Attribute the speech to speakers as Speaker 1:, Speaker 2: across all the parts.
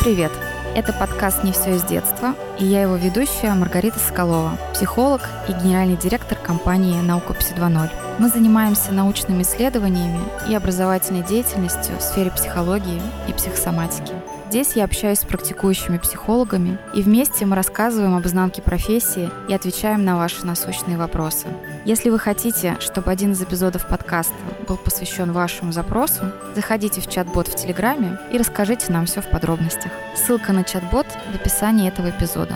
Speaker 1: привет! Это подкаст «Не все из детства», и я его ведущая Маргарита Соколова, психолог и генеральный директор компании «Наука Пси 2.0». Мы занимаемся научными исследованиями и образовательной деятельностью в сфере психологии и психосоматики. Здесь я общаюсь с практикующими психологами, и вместе мы рассказываем об изнанке профессии и отвечаем на ваши насущные вопросы. Если вы хотите, чтобы один из эпизодов подкаста был посвящен вашему запросу, заходите в чат-бот в Телеграме и расскажите нам все в подробностях. Ссылка на чат-бот в описании этого эпизода.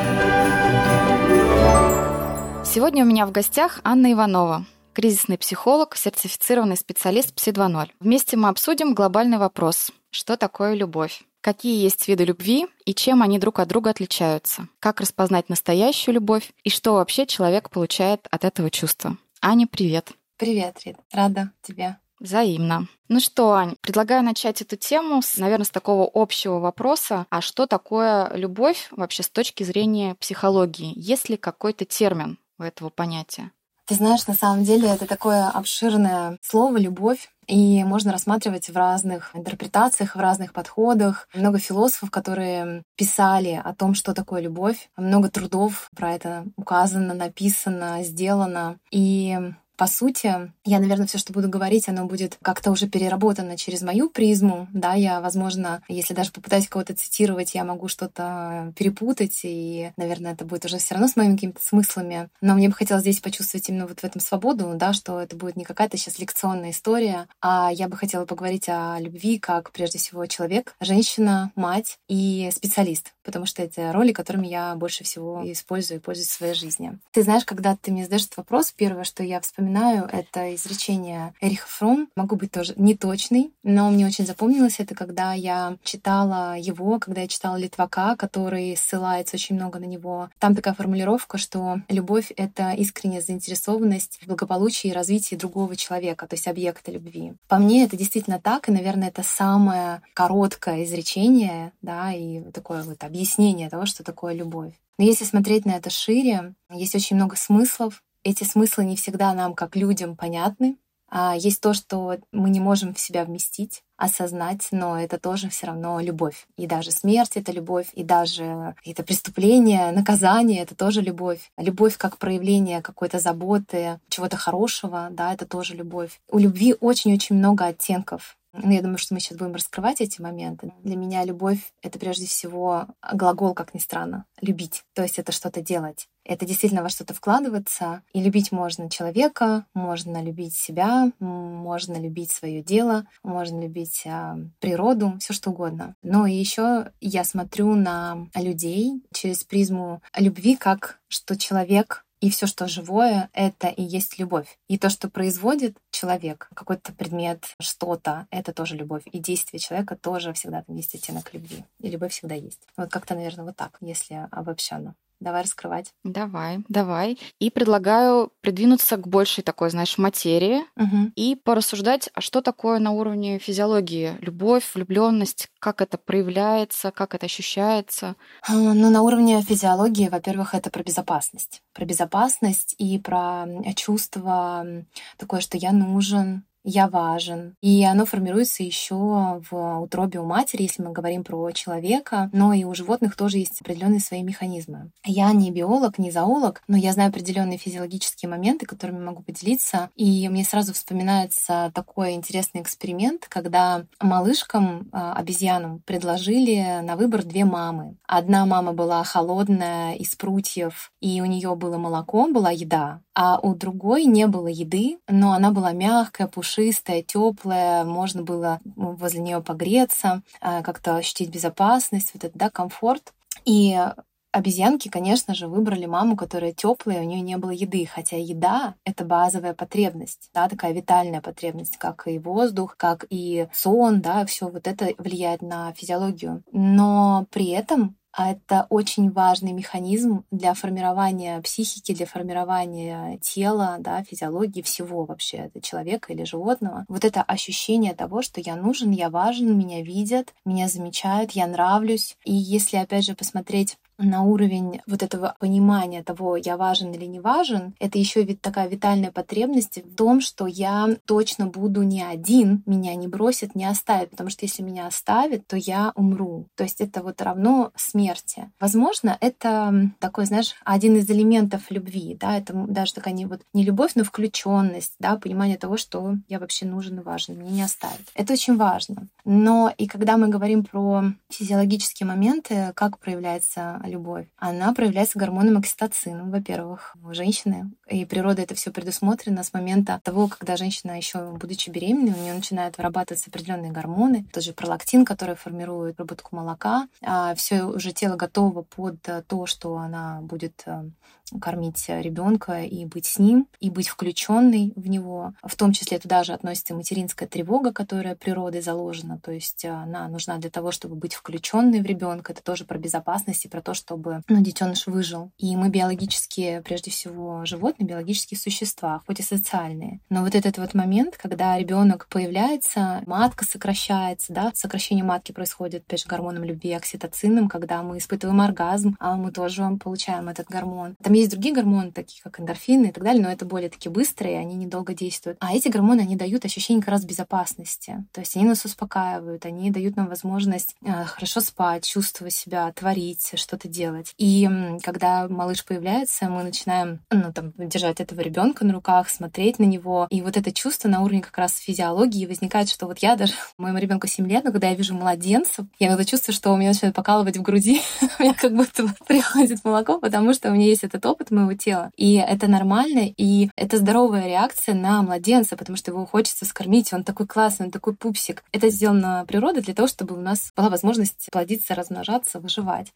Speaker 1: Сегодня у меня в гостях Анна Иванова, кризисный психолог, сертифицированный специалист Пси 2.0. Вместе мы обсудим глобальный вопрос: что такое любовь? Какие есть виды любви и чем они друг от друга отличаются? Как распознать настоящую любовь и что вообще человек получает от этого чувства? Аня, привет.
Speaker 2: Привет, Рит. Рада тебе.
Speaker 1: Взаимно. Ну что, Ань, предлагаю начать эту тему, наверное, с такого общего вопроса. А что такое любовь вообще с точки зрения психологии? Есть ли какой-то термин у этого понятия?
Speaker 2: Ты знаешь, на самом деле это такое обширное слово «любовь», и можно рассматривать в разных интерпретациях, в разных подходах. Много философов, которые писали о том, что такое любовь. Много трудов про это указано, написано, сделано. И по сути, я, наверное, все, что буду говорить, оно будет как-то уже переработано через мою призму. Да, я, возможно, если даже попытаюсь кого-то цитировать, я могу что-то перепутать, и, наверное, это будет уже все равно с моими какими-то смыслами. Но мне бы хотелось здесь почувствовать именно вот в этом свободу, да, что это будет не какая-то сейчас лекционная история, а я бы хотела поговорить о любви как, прежде всего, человек, женщина, мать и специалист, потому что это роли, которыми я больше всего использую и пользуюсь в своей жизни. Ты знаешь, когда ты мне задаешь этот вопрос, первое, что я вспоминаю, это изречение Эриха Фромм. Могу быть тоже неточной, но мне очень запомнилось это, когда я читала его, когда я читала Литвака, который ссылается очень много на него. Там такая формулировка, что любовь — это искренняя заинтересованность в благополучии и развитии другого человека, то есть объекта любви. По мне это действительно так, и, наверное, это самое короткое изречение, да, и такое вот объяснение того, что такое любовь. Но если смотреть на это шире, есть очень много смыслов. Эти смыслы не всегда нам, как людям, понятны. Есть то, что мы не можем в себя вместить, осознать, но это тоже все равно любовь. И даже смерть — это любовь, и даже это преступление, наказание — это тоже любовь. Любовь как проявление какой-то заботы, чего-то хорошего, да, это тоже любовь. У любви очень-очень много оттенков. Я думаю, что мы сейчас будем раскрывать эти моменты. Для меня любовь — это прежде всего глагол, как ни странно, любить. То есть это что-то делать. Это действительно во что-то вкладываться. И любить можно человека, можно любить себя, можно любить свое дело, можно любить природу, все что угодно. Но еще я смотрю на людей через призму любви, как что человек и все, что живое, это и есть любовь. И то, что производит человек, какой-то предмет, что-то, это тоже любовь. И действие человека тоже всегда там есть оттенок любви. И любовь всегда есть. Вот как-то, наверное, вот так, если обобщенно. Давай раскрывать.
Speaker 1: Давай. И предлагаю придвинуться к большей такой, знаешь, материи и порассуждать, а что такое на уровне физиологии любовь, влюбленность, как это проявляется, как это ощущается.
Speaker 2: Ну, на уровне физиологии, во-первых, это про безопасность. Про безопасность и про чувство такое, что я нужен, я важен. И оно формируется еще в утробе у матери, если мы говорим про человека, но и у животных тоже есть определенные свои механизмы. Я не биолог, не зоолог, но я знаю определенные физиологические моменты, которыми могу поделиться. И мне сразу вспоминается такой интересный эксперимент, когда малышкам, обезьянам, предложили на выбор две мамы. Одна мама была холодная, из прутьев, и у нее было молоко, была еда, а у другой не было еды, но она была мягкая, пушистая, теплая, можно было возле нее погреться, как-то ощутить безопасность, вот это, да, комфорт. И обезьянки, конечно же, выбрали маму, которая теплая, у нее не было еды, хотя еда — это базовая потребность, да, такая витальная потребность, как и воздух, как и сон, да, все вот это влияет на физиологию. Но при этом это очень важный механизм для формирования психики, для формирования тела, да, физиологии, всего вообще, это человека или животного. Вот это ощущение того, что я нужен, я важен, меня видят, меня замечают, я нравлюсь. И если, опять же, посмотреть на уровень вот этого понимания того, я важен или не важен, это еще ведь такая витальная потребность в том, что я точно буду не один, меня не бросят, не оставят, потому что если меня оставят, то я умру. То есть это вот равно смерти. Возможно, это такой, знаешь, один из элементов любви, да, это даже такая не любовь, но включенность, да, понимание того, что я вообще нужен и важен, меня не оставят. Это очень важно. Но и когда мы говорим про физиологические моменты, как проявляется любовь, она проявляется гормоном окситоцином, во-первых, у женщины. И природа это все предусмотрено с момента того, когда женщина еще будучи беременной, у нее начинают вырабатываться определенные гормоны, тот же пролактин, который формирует выработку молока. Все уже тело готово под то, что она будет кормить ребенка и быть с ним, и быть включенной в него. В том числе туда же относится материнская тревога, которая природой заложена. То есть она нужна для того, чтобы быть включенной в ребенка. Это тоже про безопасность и про то, чтобы детеныш выжил. И мы биологические, прежде всего, животные, биологические существа, хоть и социальные. Но вот этот вот момент, когда ребенок появляется, матка сокращается, да, сокращение матки происходит, опять же, гормоном любви, окситоцином, когда мы испытываем оргазм, а мы тоже получаем этот гормон. Там есть другие гормоны, такие как эндорфины и так далее, но это более такие быстрые, они недолго действуют. А эти гормоны, они дают ощущение как раз безопасности. То есть они нас успокаивают, они дают нам возможность хорошо спать, чувствовать себя, творить, что-то делать. И когда малыш появляется, мы начинаем держать этого ребенка на руках, смотреть на него. И вот это чувство на уровне как раз физиологии возникает, что вот я даже, моему ребенку 7 лет, но когда я вижу младенцев, я иногда чувствую, что у меня начинает покалывать в груди, у меня как будто приходит молоко, потому что у меня есть этот опыт моего тела. И это нормально, и это здоровая реакция на младенца, потому что его хочется скормить, он такой классный, он такой пупсик. Это сделано природой для того, чтобы у нас была возможность плодиться, размножаться, выживать.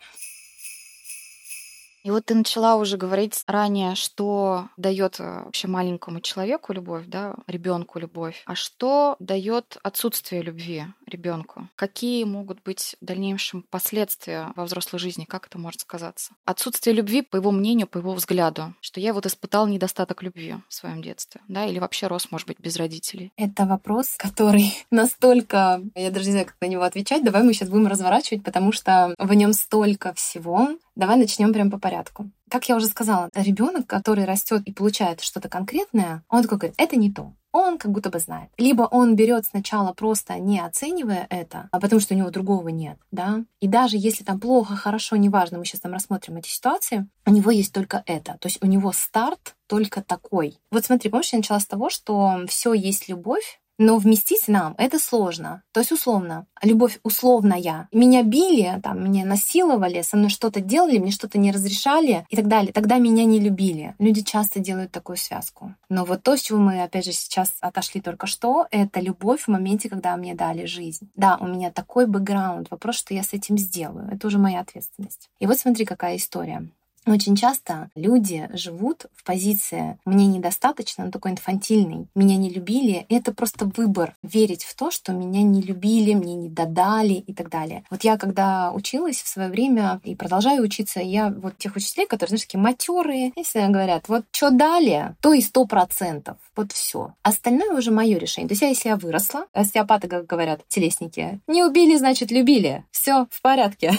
Speaker 1: И вот ты начала уже говорить ранее, что дает вообще маленькому человеку любовь, да, ребенку любовь, а что дает отсутствие любви ребенку? Какие могут быть в дальнейшем последствия во взрослой жизни? Как это может сказаться? Отсутствие любви, по его мнению, по его взгляду, что я вот испытал недостаток любви в своем детстве, да, или вообще рос, может быть, без родителей.
Speaker 2: Это вопрос, который настолько, я даже не знаю, как на него отвечать. Давай мы сейчас будем разворачивать, потому что в нем столько всего. Давай начнем прямо по порядку. Как я уже сказала, ребенок, который растет и получает что-то конкретное, он такой говорит, это не то. Он как будто бы знает. Либо он берет сначала просто не оценивая это, а потому что у него другого нет, да. И даже если там плохо, хорошо, неважно, мы сейчас там рассмотрим эти ситуации, у него есть только это. То есть у него старт только такой. Вот смотри, помнишь, я начала с того, что все есть любовь, но вместить нам это сложно. То есть условно, любовь условная. Меня били, там, меня насиловали, со мной что-то делали, мне что-то не разрешали и так далее. Тогда меня не любили. Люди часто делают такую связку. Но вот то, с чего мы, опять же, сейчас отошли только что, это любовь в моменте, когда мне дали жизнь. Да, у меня такой бэкграунд. Вопрос, что я с этим сделаю. Это уже моя ответственность. И вот смотри, какая история. Очень часто люди живут в позиции «мне недостаточно», он такой инфантильный, «меня не любили». И это просто выбор верить в то, что меня не любили, мне не додали и так далее. Вот я когда училась в свое время и продолжаю учиться, я вот тех учителей, которые, знаешь, такие матерые, если говорят, вот что дали, то и 100%. Вот все. Остальное уже мое решение. То есть если я выросла, остеопаты, как говорят, телесники, не убили, значит, любили. Все в порядке.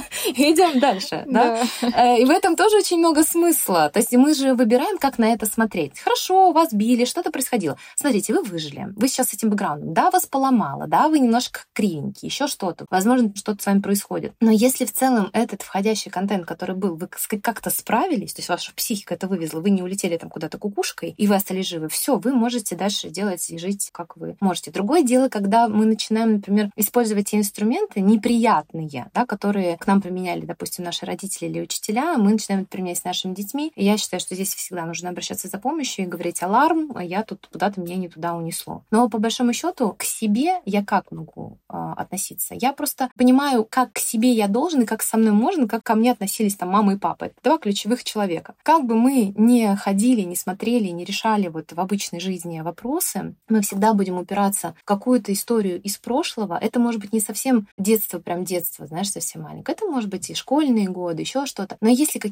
Speaker 2: Идем дальше. Да? И в этом тоже очень много смысла. То есть мы же выбираем, как на это смотреть. Хорошо, вас били, что-то происходило. Смотрите, вы выжили. Вы сейчас с этим бэкграундом. Да, вас поломало, да, вы немножко кривенькие, еще что-то. Возможно, что-то с вами происходит. Но если в целом этот входящий контент, который был, вы как-то справились, то есть ваша психика это вывезла, вы не улетели там куда-то кукушкой, и вы остались живы, все, вы можете дальше делать и жить, как вы можете. Другое дело, когда мы начинаем, например, использовать те инструменты неприятные, да, которые к нам применяли, допустим, наши родители или учителя, мы начинаем это применять с нашими детьми. И я считаю, что здесь всегда нужно обращаться за помощью и говорить аларм, а я тут куда-то меня не туда унесло. Но по большому счету к себе я как могу относиться? Я просто понимаю, как к себе я должен и как со мной можно, как ко мне относились там мама и папа. Это два ключевых человека. Как бы мы не ходили, не смотрели, не решали вот в обычной жизни вопросы, мы всегда будем упираться в какую-то историю из прошлого. Это может быть не совсем детство, прям детство, знаешь, совсем маленькое. Это может быть и школьные годы, еще что-то. Но если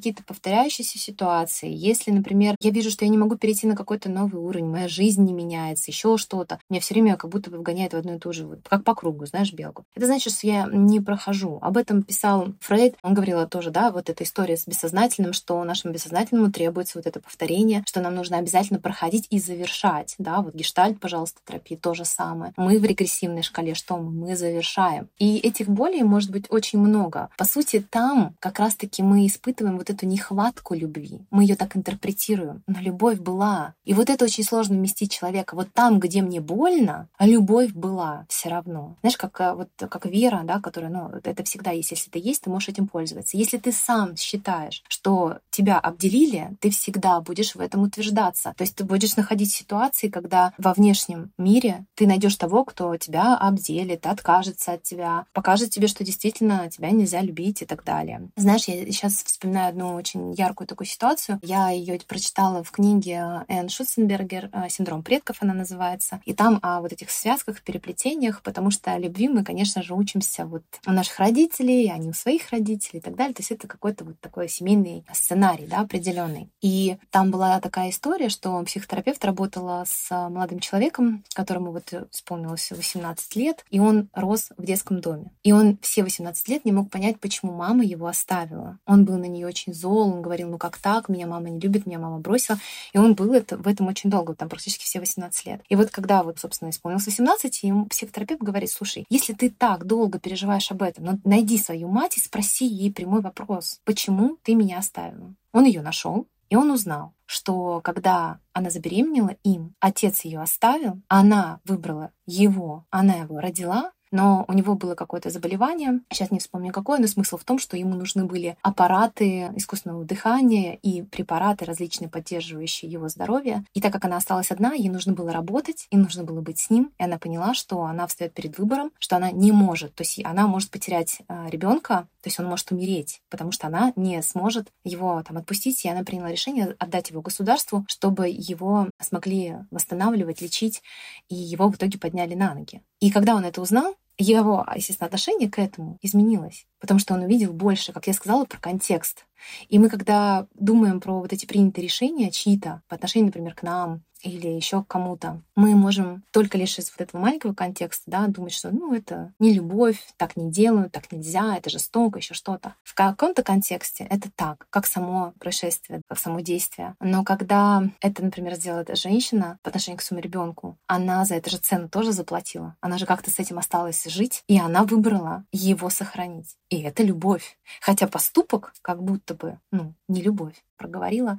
Speaker 2: какие-то повторяющиеся ситуации, если, например, я вижу, что я не могу перейти на какой-то новый уровень, моя жизнь не меняется, еще что-то, меня все время как будто бы вгоняет в одну и ту же, вот, как по кругу, знаешь, белку. Это значит, что я не прохожу. Об этом писал Фрейд. Он говорил тоже, да, вот эта история с бессознательным, что нашему бессознательному требуется вот это повторение, что нам нужно обязательно проходить и завершать, да, вот гештальт, пожалуйста, терапия то же самое. Мы в регрессивной шкале что мы завершаем. И этих болей может быть очень много. По сути, там как раз-таки мы испытываем вот эту нехватку любви. Мы ее так интерпретируем. Но любовь была. И вот это очень сложно вместить человека. Вот там, где мне больно, а любовь была все равно. Знаешь, как вера, да, которая, это всегда есть. Если ты есть, ты можешь этим пользоваться. Если ты сам считаешь, что тебя обделили, ты всегда будешь в этом утверждаться. То есть ты будешь находить ситуации, когда во внешнем мире ты найдешь того, кто тебя обделит, откажется от тебя, покажет тебе, что действительно тебя нельзя любить и так далее. Знаешь, я сейчас вспоминаю одну очень яркую такую ситуацию. Я ее прочитала в книге Энн Шутценбергер «Синдром предков» она называется. И там о вот этих связках, переплетениях, потому что любви мы, конечно же, учимся вот у наших родителей, а не у своих родителей и так далее. То есть это какой-то вот такой семейный сценарий, да, определенный. И там была такая история, что психотерапевт работала с молодым человеком, которому вот исполнилось 18 лет, и он рос в детском доме. И он все 18 лет не мог понять, почему мама его оставила. Он был на нее очень зол, он говорил, как так, меня мама не любит, меня мама бросила. И он был в этом очень долго, там практически все 18 лет. И вот когда собственно, исполнилось 18, ему психотерапевт говорит, слушай, если ты так долго переживаешь об этом, найди свою мать и спроси ей прямой вопрос, почему ты меня оставила? Он ее нашел, и он узнал, что когда она забеременела им, отец ее оставил, она выбрала его, она его родила, но у него было какое-то заболевание, сейчас не вспомню какое, но смысл в том, что ему нужны были аппараты искусственного дыхания и препараты различные, поддерживающие его здоровье. И так как она осталась одна, ей нужно было работать, и нужно было быть с ним, и она поняла, что она встает перед выбором, что она не может, то есть она может потерять ребенка, то есть он может умереть, потому что она не сможет его отпустить, и она приняла решение отдать его государству, чтобы его смогли восстанавливать, лечить, и его в итоге подняли на ноги. И когда он это узнал, его, естественно, отношение к этому изменилось, потому что он увидел больше, как я сказала, про контекст. И мы, когда думаем про вот эти принятые решения чьи-то по отношению, например, к нам или еще к кому-то, мы можем только лишь из вот этого маленького контекста, да, думать, что это не любовь, так не делают, так нельзя, это жестоко, еще что-то. В каком-то контексте это так, как само происшествие, как само действие. Но когда это, например, сделала женщина по отношению к своему ребенку, она за это же цену тоже заплатила. Она же как-то с этим осталась жить, и она выбрала его сохранить. И это любовь. Хотя поступок как будто бы, не любовь, проговорила,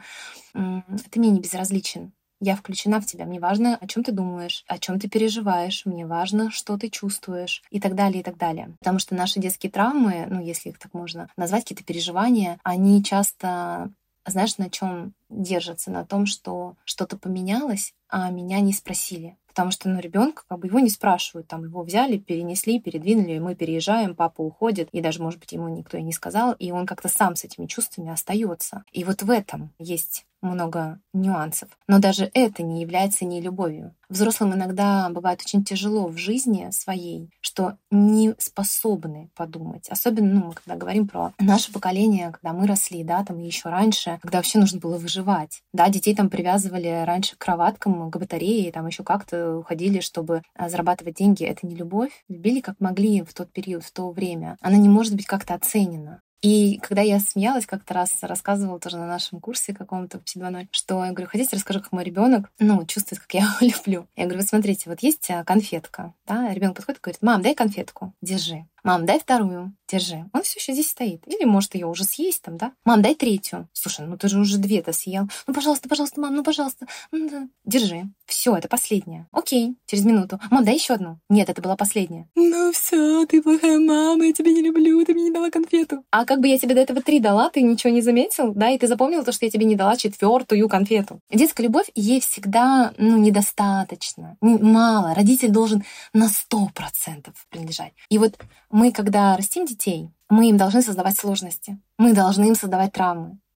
Speaker 2: ты мне не безразличен. Я включена в тебя. Мне важно, о чем ты думаешь, о чем ты переживаешь. Мне важно, что ты чувствуешь и так далее, и так далее. Потому что наши детские травмы, если их так можно назвать, какие-то переживания, они часто, знаешь, на чем держатся? На том, что что-то поменялось, а меня не спросили. Потому что, ребенка его не спрашивают, его взяли, перенесли, передвинули, мы переезжаем, папа уходит, и даже, может быть, ему никто и не сказал, и он как-то сам с этими чувствами остается. И вот в этом есть много нюансов. Но даже это не является нелюбовью. Взрослым иногда бывает очень тяжело в жизни своей, что не способны подумать. Особенно, мы когда говорим про наше поколение, когда мы росли, да, и еще раньше, когда вообще нужно было выживать. Да, детей привязывали раньше к кроваткам, к батарее, еще как-то уходили, чтобы зарабатывать деньги. Это не любовь. Любили как могли в тот период, в то время. Она не может быть как-то оценена. И когда я смеялась, как-то раз рассказывала тоже на нашем курсе каком-то в Psi 2.0, что я говорю, хотите, расскажу, как мой ребенок, чувствует, как я его люблю. Я говорю, вот смотрите, есть конфетка, да, ребенок подходит и говорит, мам, дай конфетку, держи. Мам, дай вторую, держи. Он все еще здесь стоит. Или может ее уже съесть да? Мам, дай третью. Слушай, ты же уже 2 съел. Пожалуйста, мам, пожалуйста. Держи. Все, это последняя. Окей, через минуту. Мам, дай еще одну. Нет, это была последняя. Все, ты плохая мама, я тебя не люблю, ты мне не дала конфету. А как бы я тебе до этого 3 дала, ты ничего не заметил, да? И ты запомнил то, что я тебе не дала 4-ю конфету. Детская любовь, ей всегда, недостаточно, мало. Родитель должен на 100% принадлежать. И мы, когда растим детей, мы им должны создавать сложности. Мы должны им создавать травмы.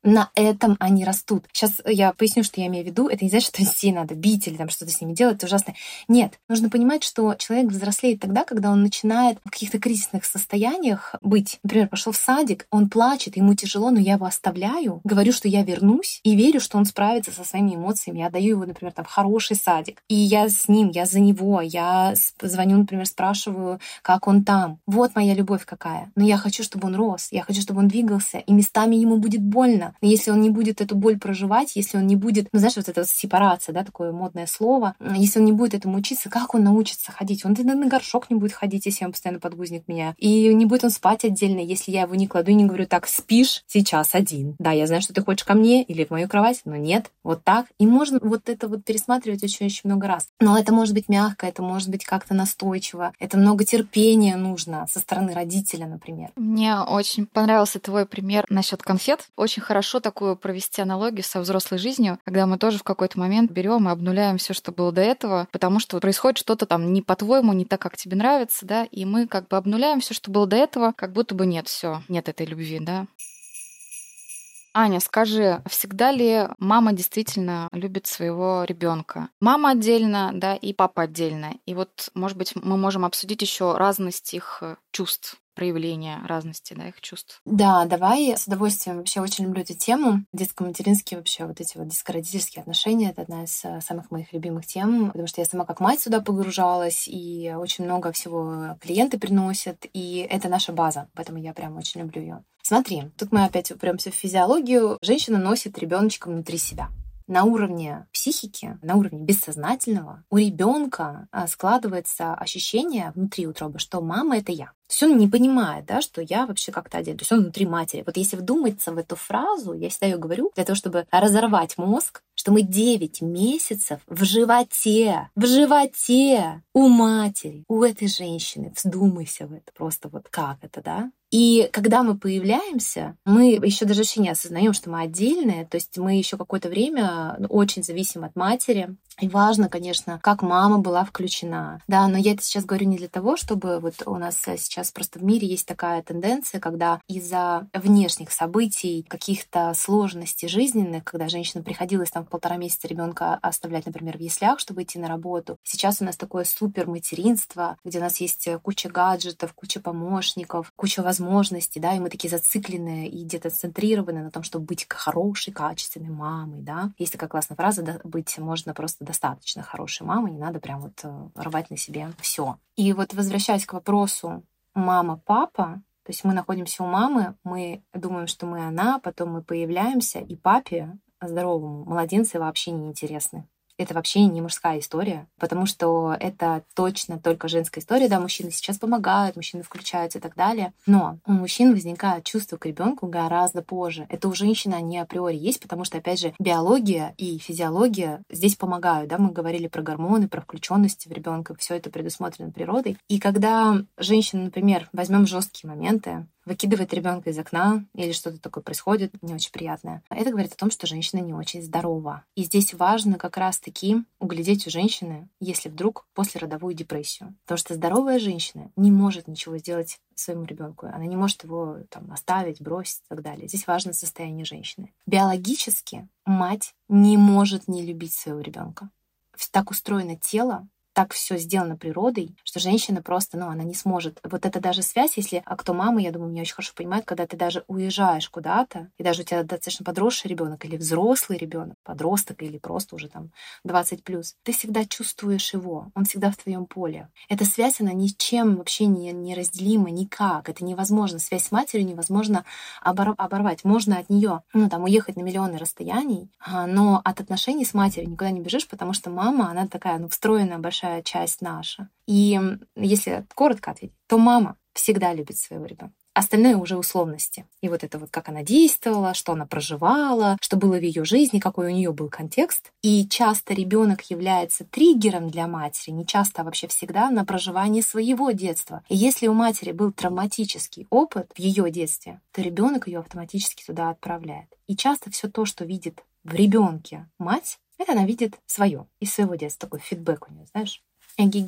Speaker 2: На этом они растут. Сейчас я поясню, что я имею в виду. Это не значит, что детей надо бить или там что-то с ними делать, это ужасно. Нет, нужно понимать, что человек взрослеет тогда, когда он начинает в каких-то кризисных состояниях быть. Например, пошел в садик, он плачет, ему тяжело, но я его оставляю, говорю, что я вернусь и верю, что он справится со своими эмоциями. Я отдаю его, например, там, в хороший садик. И я с ним, я за него, я звоню, например, спрашиваю, как он там. Вот моя любовь какая. Но я хочу, чтобы он рос, я хочу, чтобы он двигался, и местами ему будет больно. Но если он не будет эту боль проживать, если он не будет, ну, знаешь, вот эта вот сепарация, да, такое модное слово, если он не будет этому учиться, как он научится ходить? Он тогда на горшок не будет ходить, если я постоянно подгузник меняю. И не будет он спать отдельно, если я его не кладу и не говорю, так, спишь сейчас один. Да, я знаю, что ты хочешь ко мне или в мою кровать, но нет, вот так. И можно вот это вот пересматривать очень-очень много раз. Но это может быть мягко, это может быть как-то настойчиво, это много терпения нужно со стороны родителя, например.
Speaker 1: Мне очень понравился твой пример насчет конфет. Очень хорошо такую провести аналогию со взрослой жизнью, когда мы тоже в какой-то момент берем и обнуляем все, что было до этого, потому что происходит что-то там не по-твоему, не так, как тебе нравится, да, и мы как бы обнуляем все, что было до этого, как будто бы нет, все, нет этой любви, да. Аня, скажи, всегда ли мама действительно любит своего ребенка? Мама отдельно, да, и папа отдельно. И вот, может быть, мы можем обсудить еще разность их чувств, проявления разности, да, их чувств.
Speaker 2: Да, давай с удовольствием. Вообще очень люблю эту тему. Детско-материнские вообще вот эти вот детско-родительские отношения — это одна из самых моих любимых тем, потому что я сама как мать сюда погружалась, и очень много всего клиенты приносят, и это наша база, поэтому я прям очень люблю ее. Смотри, тут мы опять упремся в физиологию. Женщина носит ребеночка внутри себя. На уровне психики, на уровне бессознательного у ребенка складывается ощущение внутри утробы, что мама — это я. То есть он не понимает, да, что я вообще как-то отдельно. То есть он внутри матери. Вот если вдуматься в эту фразу, я всегда ее говорю, для того, чтобы разорвать мозг, что мы 9 месяцев в животе у матери, у этой женщины. Вдумайся в это. Просто вот как это, да? И когда мы появляемся, мы еще даже вообще не осознаем, что мы отдельные, то есть мы еще какое-то время очень зависим от матери. И важно, конечно, как мама была включена. Да, но я это сейчас говорю не для того, чтобы вот у нас сейчас просто в мире есть такая тенденция, когда из-за внешних событий, каких-то сложностей жизненных, когда женщинам приходилось там в 1,5 месяца ребенка оставлять, например, в яслях, чтобы идти на работу. Сейчас у нас такое супер материнство, где у нас есть куча гаджетов, куча помощников, куча возможностей, да, и мы такие зацикленные и где-то центрированы на том, чтобы быть хорошей, качественной мамой, да. Есть такая классная фраза, да, быть можно просто достаточно хорошей мамой, не надо прям вот рвать на себе все. И вот возвращаясь к вопросу мама-папа, то есть мы находимся у мамы, мы думаем, что мы она, потом мы появляемся, и папе, здоровому, младенцы вообще не интересны. Это вообще не мужская история, потому что это точно только женская история. Да, мужчины сейчас помогают, мужчины включаются и так далее. Но у мужчин возникает чувство к ребенку гораздо позже. Это у женщины они априори есть, потому что, опять же, биология и физиология здесь помогают. Да? Мы говорили про гормоны, про включенность в ребенка, все это предусмотрено природой. И когда женщина, например, возьмем жесткие моменты, выкидывает ребенка из окна или что-то такое происходит не очень приятное. Это говорит о том, что женщина не очень здорова. И здесь важно как раз-таки углядеть у женщины, если вдруг послеродовую депрессию. Потому что здоровая женщина не может ничего сделать своему ребенку. Она не может его там оставить, бросить и так далее. Здесь важно состояние женщины. Биологически мать не может не любить своего ребенка. Так устроено тело, так все сделано природой, что женщина просто, она не сможет. Вот это даже связь, если кто мама, я думаю, меня очень хорошо понимает, когда ты даже уезжаешь куда-то, и даже у тебя достаточно подросший ребенок или взрослый ребенок, подросток или просто уже там 20+, ты всегда чувствуешь его, он всегда в твоем поле. Эта связь, она ничем вообще не разделима никак. Это невозможно. Связь с матерью невозможно оборвать. Можно от нее, уехать на миллионы расстояний, но от отношений с матерью никуда не бежишь, потому что мама, она такая, встроенная большая часть наша. И если коротко ответить, то мама всегда любит своего ребенка. Остальное уже условности. И вот это вот как она действовала, что она проживала, что было в ее жизни, какой у нее был контекст. И часто ребенок является триггером для матери, не часто, а вообще всегда на проживании своего детства. И если у матери был травматический опыт в ее детстве, то ребенок ее автоматически туда отправляет. И часто все то, что видит в ребенке мать, это она видит свое, из своего детства. Такой фидбэк у нее, знаешь. Эгегей,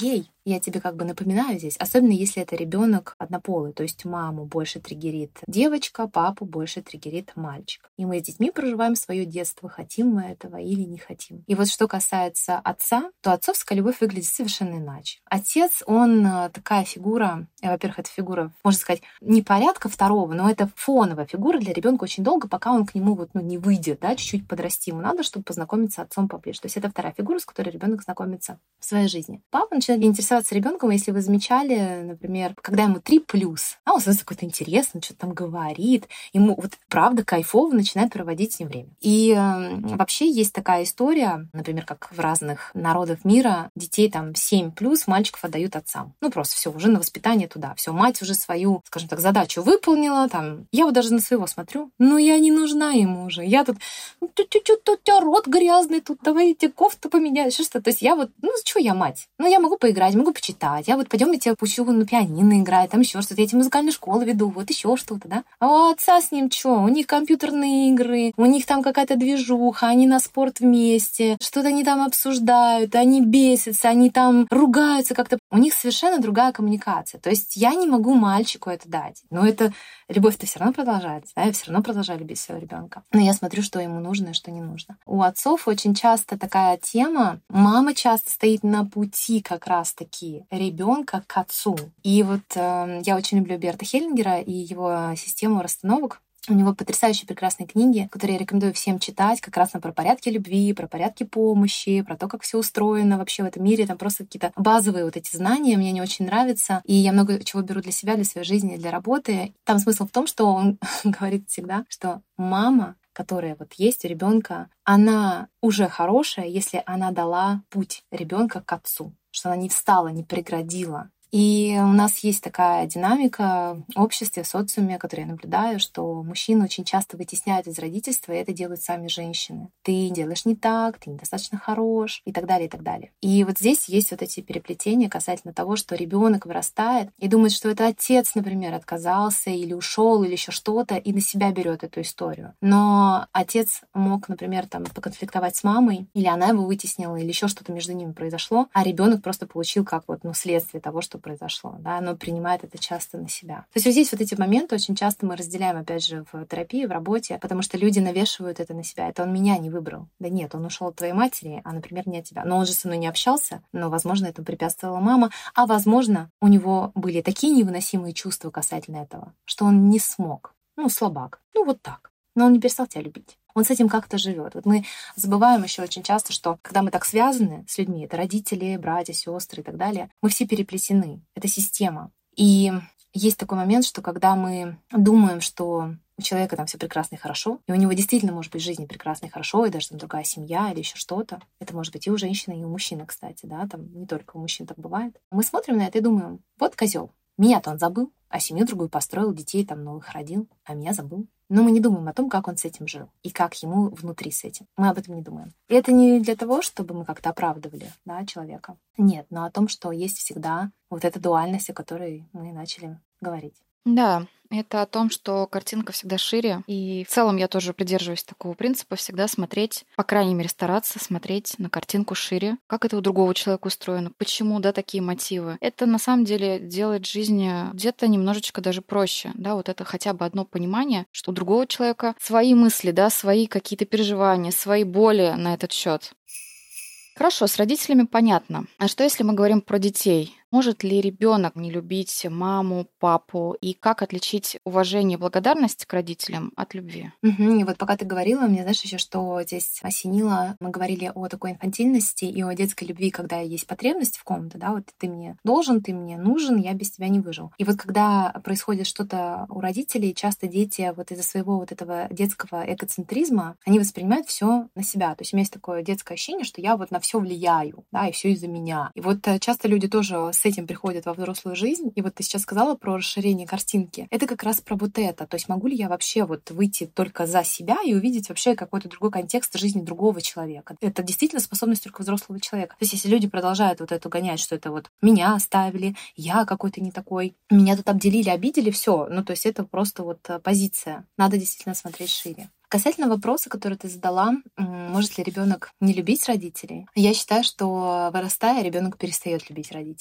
Speaker 2: я тебе как бы напоминаю здесь, особенно если это ребенок однополый, то есть маму больше триггерит девочка, папу больше триггерит мальчик. И мы с детьми проживаем свое детство, хотим мы этого или не хотим. И вот что касается отца, то отцовская любовь выглядит совершенно иначе. Отец, он такая фигура, во-первых, это фигура, можно сказать, не порядка второго, но это фоновая фигура для ребенка очень долго, пока он к нему вот, не выйдет, да, чуть-чуть подрасти ему надо, чтобы познакомиться с отцом поближе. То есть это вторая фигура, с которой ребенок знакомится в своей жизни. Папа начинает интересоваться ребенком, если вы замечали, например, когда ему 3+, а он становится какой-то интересный, он что-то там говорит, ему вот правда кайфово начинает проводить с ним время. И вообще есть такая история, например, как в разных народах мира, детей там 7+, мальчиков отдают отцам. Просто все, уже на воспитание туда. Все, мать уже свою, скажем так, задачу выполнила. Там, я вот даже на своего смотрю, но я не нужна ему уже. Я тут, у тебя рот грязный тут, давайте кофту поменяй, что-то. То есть я вот, что я мать? Я могу поиграть, могу почитать. Я вот пойдем, я тебя пущу на пианино играть, там еще что-то. Я тебе музыкальную школу веду, вот еще что-то, да? А у отца с ним что? У них компьютерные игры, у них там какая-то движуха, они на спорт вместе, что-то они там обсуждают, они бесятся, они там ругаются как-то. У них совершенно другая коммуникация. То есть я не могу мальчику это дать. Но это любовь-то все равно продолжается, да? Я все равно продолжаю любить своего ребенка. Но я смотрю, что ему нужно и что не нужно. У отцов очень часто такая тема. Мама часто стоит на пути как раз-таки ребенка к отцу. И вот я очень люблю Берта Хеллингера и его систему расстановок. У него потрясающие прекрасные книги, которые я рекомендую всем читать, как раз про порядки любви, про порядки помощи, про то, как все устроено вообще в этом мире. Там просто какие-то базовые вот эти знания мне они очень нравятся. И я много чего беру для себя, для своей жизни, для работы. Там смысл в том, что он говорит всегда, что мама, которая вот есть у ребенка, она уже хорошая, если она дала путь ребенка к отцу, что она не встала, не преградила. И у нас есть такая динамика в обществе, в социуме, которую я наблюдаю, что мужчины очень часто вытесняют из родительства, и это делают сами женщины. Ты делаешь не так, ты недостаточно хорош, и так далее, и так далее. И вот здесь есть вот эти переплетения касательно того, что ребенок вырастает и думает, что это отец, например, отказался или ушел, или еще что-то, и на себя берет эту историю. Но отец мог, например, там поконфликтовать с мамой, или она его вытеснила, или еще что-то между ними произошло, а ребенок просто получил как вот, следствие того, что произошло, да, оно принимает это часто на себя. То есть вот здесь вот эти моменты очень часто мы разделяем, опять же, в терапии, в работе, потому что люди навешивают это на себя. Это он меня не выбрал. Да нет, он ушел от твоей матери, а, например, не от тебя. Но он же со мной не общался, но, возможно, этому препятствовала мама, а, возможно, у него были такие невыносимые чувства касательно этого, что он не смог. Слабак. Вот так. Но он не перестал тебя любить. Он с этим как-то живет. Вот мы забываем еще очень часто, что когда мы так связаны с людьми, это родители, братья, сестры и так далее, мы все переплетены. Это система. И есть такой момент, что когда мы думаем, что у человека там все прекрасно и хорошо, и у него действительно может быть в жизни прекрасно и хорошо, и даже там другая семья или еще что-то. Это может быть и у женщины, и у мужчины, кстати, да, там не только у мужчин так бывает. Мы смотрим на это и думаем, вот козел. Меня-то он забыл, а семью другую построил, детей там новых родил, а меня забыл. Но мы не думаем о том, как он с этим жил и как ему внутри с этим. Мы об этом не думаем. И это не для того, чтобы мы как-то оправдывали, да, человека. Нет, но о том, что есть всегда вот эта дуальность, о которой мы начали говорить.
Speaker 1: Да, это о том, что картинка всегда шире. И в целом я тоже придерживаюсь такого принципа всегда смотреть, по крайней мере, стараться смотреть на картинку шире. Как это у другого человека устроено? Почему, да, такие мотивы? Это на самом деле делает жизнь где-то немножечко даже проще. Да, вот это хотя бы одно понимание, что у другого человека свои мысли, да, свои какие-то переживания, свои боли на этот счет. Хорошо, с родителями понятно. А что если мы говорим про детей? Может ли ребенок не любить маму, папу? И как отличить уважение и благодарность к родителям от любви?
Speaker 2: И вот пока ты говорила, мне, знаешь, еще что здесь осенило. Мы говорили о такой инфантильности и о детской любви, когда есть потребность в ком-то, да, вот ты мне должен, ты мне нужен, я без тебя не выжил. И вот когда происходит что-то у родителей, часто дети вот из-за своего вот этого детского эгоцентризма, они воспринимают все на себя. То есть у меня есть такое детское ощущение, что я вот на все влияю, да, и все из-за меня. И вот часто люди тоже с этим приходят во взрослую жизнь. И вот ты сейчас сказала про расширение картинки. Это как раз про вот это. То есть могу ли я вообще вот выйти только за себя и увидеть вообще какой-то другой контекст жизни другого человека? Это действительно способность только взрослого человека. То есть если люди продолжают вот эту гонять, что это вот меня оставили, я какой-то не такой, меня тут обделили, обидели, все. То есть это просто вот позиция. Надо действительно смотреть шире. Касательно вопроса, который ты задала, может ли ребенок не любить родителей, я считаю, что вырастая, ребенок перестает любить родителей.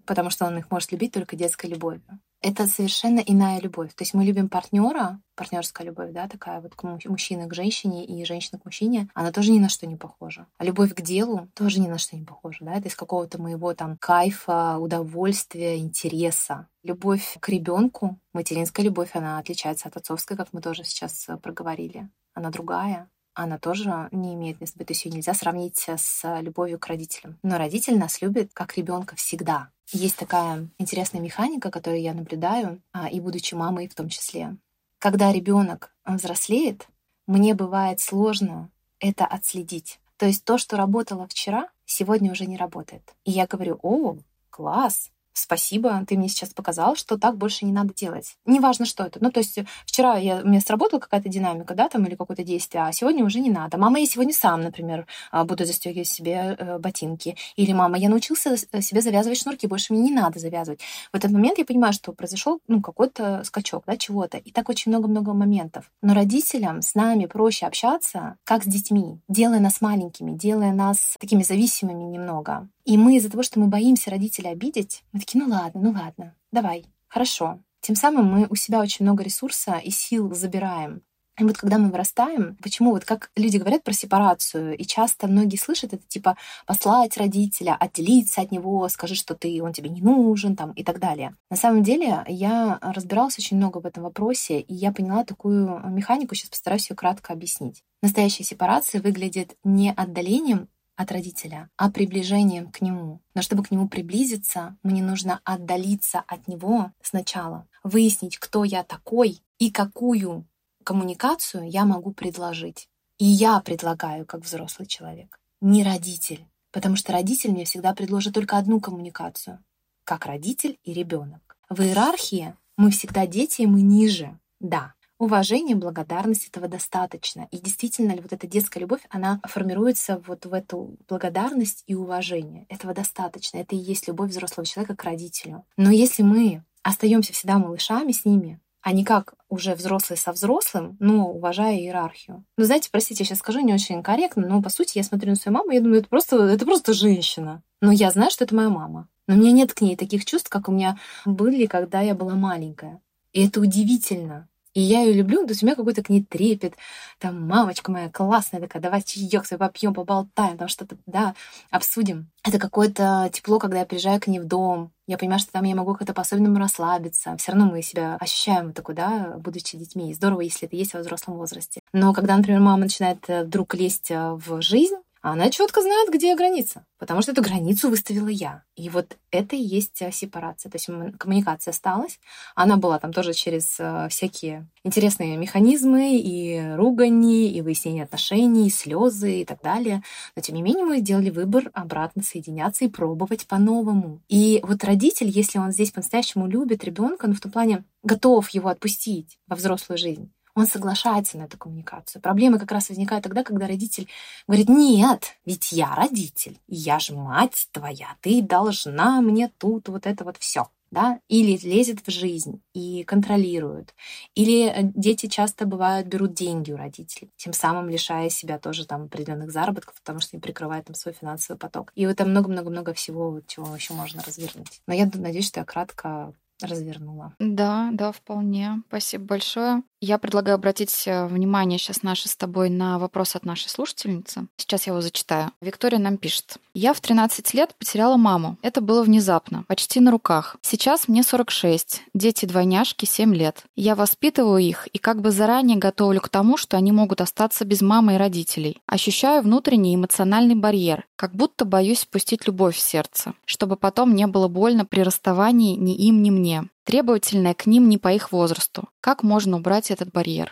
Speaker 2: потому что он их может любить только детской любовью. Это совершенно иная любовь. То есть мы любим партнера, партнерская любовь, да, такая вот к мужчине к женщине и женщина к мужчине, она тоже ни на что не похожа. А любовь к делу тоже ни на что не похожа, да, это из какого-то моего там кайфа, удовольствия, интереса. Любовь к ребенку, материнская любовь, она отличается от отцовской, как мы тоже сейчас проговорили. Она другая. Она тоже не имеет места быть. То есть ее нельзя сравнить с любовью к родителям. Но родитель нас любит как ребенка всегда. Есть такая интересная механика, которую я наблюдаю, и будучи мамой в том числе. Когда ребенок взрослеет, мне бывает сложно это отследить. То есть то, что работало вчера, сегодня уже не работает. И я говорю: о, класс! Спасибо, ты мне сейчас показал, что так больше не надо делать. Неважно, что это. Ну, то есть вчера у меня сработала какая-то динамика, да, там, или какое-то действие, а сегодня уже не надо. Мама, я сегодня сам, например, буду застегивать себе ботинки. Или мама, я научился себе завязывать шнурки, больше мне не надо завязывать. В этот момент я понимаю, что произошел какой-то скачок, да, чего-то. И так очень много-много моментов. Но родителям с нами проще общаться, как с детьми, делая нас маленькими, делая нас такими зависимыми немного. И мы из-за того, что мы боимся родителей обидеть, мы такие: ну ладно, давай, хорошо. Тем самым мы у себя очень много ресурса и сил забираем. И вот когда мы вырастаем, почему вот как люди говорят про сепарацию, и часто многие слышат это типа послать родителя, отделиться от него, скажи, что он тебе не нужен, там, и так далее. На самом деле я разбиралась очень много в этом вопросе, и я поняла такую механику, сейчас постараюсь ее кратко объяснить. Настоящая сепарация выглядит не отдалением от родителя, а приближением к нему. Но чтобы к нему приблизиться, мне нужно отдалиться от него сначала, выяснить, кто я такой и какую коммуникацию я могу предложить. И я предлагаю как взрослый человек, не родитель. Потому что родитель мне всегда предложит только одну коммуникацию, как родитель и ребенок. В иерархии мы всегда дети, и мы ниже. Да, уважение, благодарность — этого достаточно. И действительно ли вот эта детская любовь, она формируется вот в эту благодарность и уважение. Этого достаточно. Это и есть любовь взрослого человека к родителю. Но если мы остаемся всегда малышами с ними, а не как уже взрослый со взрослым, но уважая иерархию. Ну, знаете, простите, я сейчас скажу не очень корректно, но по сути я смотрю на свою маму, и я думаю, это просто женщина. Но я знаю, что это моя мама. Но у меня нет к ней таких чувств, как у меня были, когда я была маленькая. И это удивительно. И я ее люблю, то есть у меня какой-то к ней трепет. Там: мамочка моя классная такая, давай чаек свой попьем, поболтаем, там что-то, да, обсудим. Это какое-то тепло, когда я приезжаю к ней в дом. Я понимаю, что там я могу как-то по-особенному расслабиться. Все равно мы себя ощущаем вот такой, да, будучи детьми. И здорово, если это есть во взрослом возрасте. Но когда, например, мама начинает вдруг лезть в жизнь, она четко знает, где граница, потому что эту границу выставила я. И вот это и есть сепарация. То есть коммуникация осталась. Она была там тоже через всякие интересные механизмы, и ругани, и выяснение отношений, и слезы, и так далее. Но тем не менее мы сделали выбор обратно соединяться и пробовать по-новому. И вот родитель, если он здесь по-настоящему любит ребенка, в том плане готов его отпустить во взрослую жизнь, он соглашается на эту коммуникацию. Проблемы как раз возникают тогда, когда родитель говорит: нет, ведь я родитель, я же мать твоя, ты должна мне тут вот это вот все. Да? Или лезет в жизнь и контролирует. Или дети часто бывают берут деньги у родителей, тем самым лишая себя тоже там определенных заработков, потому что не прикрывает там свой финансовый поток. И это много-много-много всего, чего еще можно развернуть. Но я надеюсь, что я кратко развернула.
Speaker 1: Да, вполне. Спасибо большое. Я предлагаю обратить внимание сейчас наше с тобой на вопрос от нашей слушательницы. Сейчас я его зачитаю. Виктория нам пишет. Я в 13 лет потеряла маму. Это было внезапно, почти на руках. Сейчас мне 46, дети-двойняшки 7 лет. Я воспитываю их и как бы заранее готовлю к тому, что они могут остаться без мамы и родителей. Ощущаю внутренний эмоциональный барьер, как будто боюсь впустить любовь в сердце, чтобы потом не было больно при расставании ни им, ни мне. Требовательная к ним не по их возрасту. Как можно убрать этот барьер?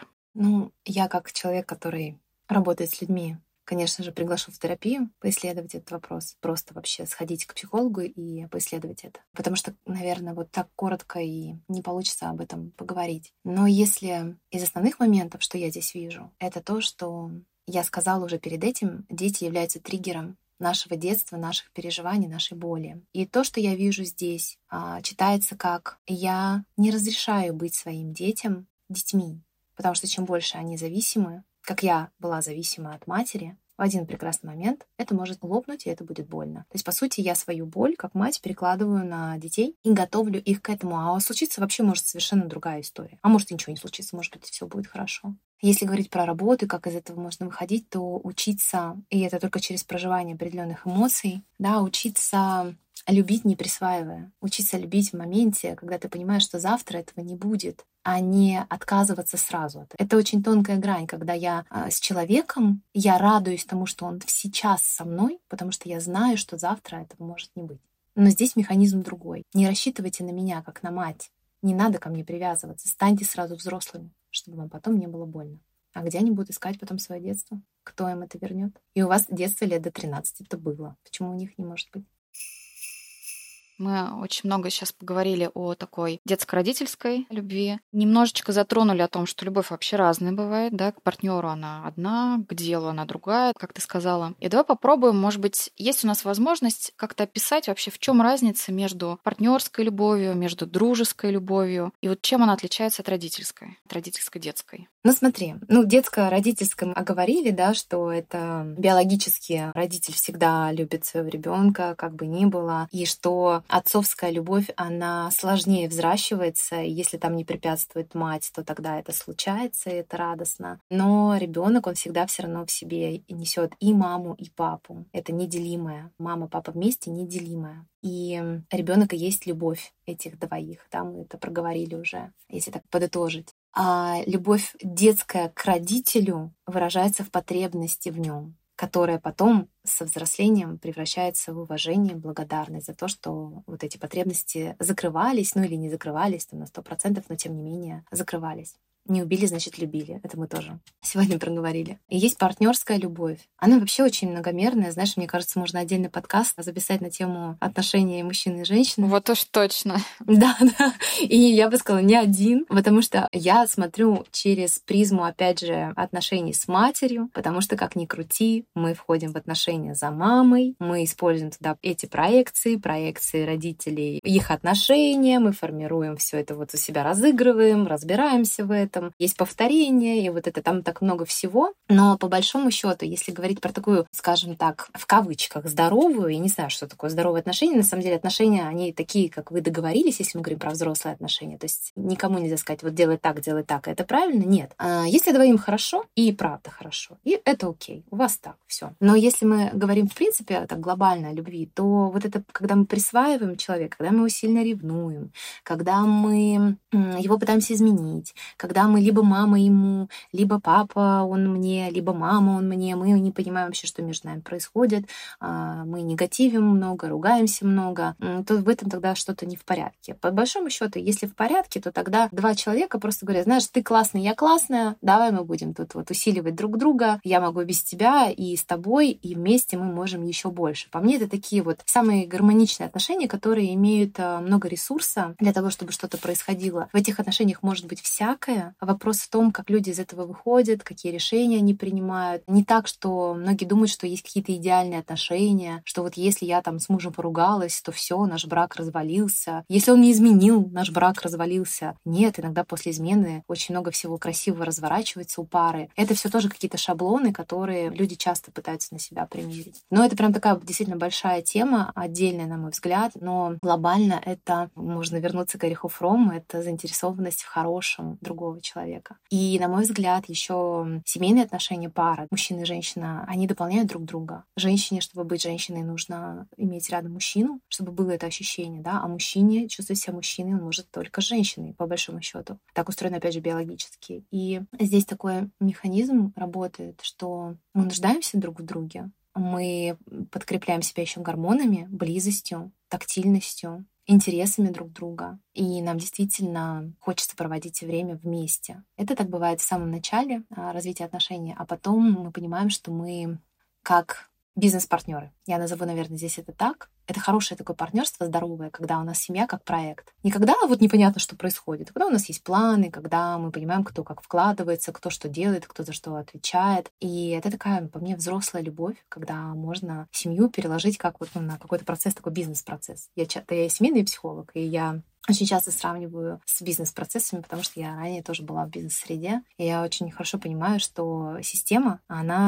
Speaker 2: Я как человек, который работает с людьми, конечно же, приглашу в терапию поисследовать этот вопрос. Просто вообще сходить к психологу и поисследовать это. Потому что, наверное, вот так коротко и не получится об этом поговорить. Но если из основных моментов, что я здесь вижу, это то, что я сказала уже перед этим, дети являются триггером нашего детства, наших переживаний, нашей боли. И то, что я вижу здесь, читается как: я не разрешаю быть своим детям детьми, потому что чем больше они зависимы, как я была зависима от матери, в один прекрасный момент это может лопнуть, и это будет больно. То есть, по сути, я свою боль, как мать, перекладываю на детей и готовлю их к этому. А случиться вообще может совершенно другая история. А может и ничего не случится, может быть, все будет хорошо. Если говорить про работу и как из этого можно выходить, то учиться, и это только через проживание определенных эмоций, да, учиться любить, не присваивая. Учиться любить в моменте, когда ты понимаешь, что завтра этого не будет, а не отказываться сразу. Это очень тонкая грань, когда я с человеком, я радуюсь тому, что он сейчас со мной, потому что я знаю, что завтра этого может не быть. Но здесь механизм другой. Не рассчитывайте на меня, как на мать. Не надо ко мне привязываться. Станьте сразу взрослыми, чтобы вам потом не было больно. А где они будут искать потом свое детство? Кто им это вернет? И у вас детство лет до 13 это было. Почему у них не может быть?
Speaker 1: Мы очень много сейчас поговорили о такой детско-родительской любви. Немножечко затронули о том, что любовь вообще разная бывает, да, к партнеру она одна, к делу она другая, как ты сказала. И давай попробуем, может быть, есть у нас возможность как-то описать вообще, в чем разница между партнерской любовью, между дружеской любовью, и вот чем она отличается от родительской детской.
Speaker 2: Ну смотри, детско-родительском оговорили, да, что это биологически родитель всегда любит своего ребенка, как бы ни было, и что отцовская любовь, она сложнее взращивается, и если там не препятствует мать, то тогда это случается, и это радостно. Но ребенок, он всегда все равно в себе несет и маму, и папу. Это неделимое. Мама, папа вместе неделимое. И ребенок и есть любовь этих двоих, да, мы это проговорили уже, если так подытожить. А любовь детская к родителю выражается в потребности в нем, которая потом со взрослением превращается в уважение, благодарность за то, что вот эти потребности закрывались, или не закрывались там на 100%, но тем не менее закрывались. Не убили, значит, любили. Это мы тоже сегодня проговорили. И есть партнерская любовь. Она вообще очень многомерная. Знаешь, мне кажется, можно отдельный подкаст записать на тему отношений мужчины и женщины.
Speaker 1: Вот уж точно.
Speaker 2: Да. И я бы сказала, не один, потому что я смотрю через призму, опять же, отношений с матерью, потому что, как ни крути, мы входим в отношения за мамой, мы используем туда эти проекции родителей, их отношения, мы формируем все это вот у себя, разыгрываем, разбираемся в этом. Есть повторение, и вот это там так много всего. Но по большому счету, если говорить про такую, скажем так, в кавычках, здоровую, я не знаю, что такое здоровые отношения, на самом деле отношения, они такие, как вы договорились, если мы говорим про взрослые отношения. То есть никому нельзя сказать, вот делай так, это правильно? Нет. Если двоим хорошо, и правда хорошо, и это окей, у вас так, все. Но если мы говорим, в принципе, так глобально о любви, то вот это, когда мы присваиваем человека, когда мы его сильно ревнуем, когда мы его пытаемся изменить, когда мы либо мама ему, либо папа он мне, либо мама он мне, мы не понимаем вообще, что между нами происходит, мы негативим много, ругаемся много, то в этом тогда что-то не в порядке. По большому счету, если в порядке, то тогда два человека просто говорят, знаешь, ты классный, я классная, давай мы будем тут вот усиливать друг друга, я могу без тебя и с тобой, и вместе мы можем еще больше. По мне, это такие вот самые гармоничные отношения, которые имеют много ресурса для того, чтобы что-то происходило. В этих отношениях может быть всякое. Вопрос в том, как люди из этого выходят, какие решения они принимают. Не так, что многие думают, что есть какие-то идеальные отношения, что вот если я там с мужем поругалась, то все, наш брак развалился. Если он не изменил, наш брак развалился. Нет, иногда после измены очень много всего красивого разворачивается у пары. Это все тоже какие-то шаблоны, которые люди часто пытаются на себя примерить. Но это прям такая действительно большая тема, отдельная, на мой взгляд, но глобально это, можно вернуться к Эриху Фромму, это заинтересованность в хорошем другого человека. И, на мой взгляд, еще семейные отношения пара, мужчина и женщина, они дополняют друг друга. Женщине, чтобы быть женщиной, нужно иметь рядом мужчину, чтобы было это ощущение, да, а мужчине, чувствовать себя мужчиной, он может только с женщиной, по большому счету. Так устроено, опять же, биологически. И здесь такой механизм работает, что мы нуждаемся друг в друге, мы подкрепляем себя еще гормонами, близостью, тактильностью, интересами друг друга. И нам действительно хочется проводить время вместе. Это так бывает в самом начале развития отношений, а потом мы понимаем, что мы как бизнес-партнеры. Я назову, наверное, здесь это так. Это хорошее такое партнерство, здоровое, когда у нас семья как проект. Не когда вот непонятно, что происходит, а когда у нас есть планы, когда мы понимаем, кто как вкладывается, кто что делает, кто за что отвечает. И это такая, по мне, взрослая любовь, когда можно семью переложить как вот на какой-то процесс, такой бизнес-процесс. Я семейный психолог, и я очень часто сравниваю с бизнес-процессами, потому что я ранее тоже была в бизнес-среде. И я очень хорошо понимаю, что система, она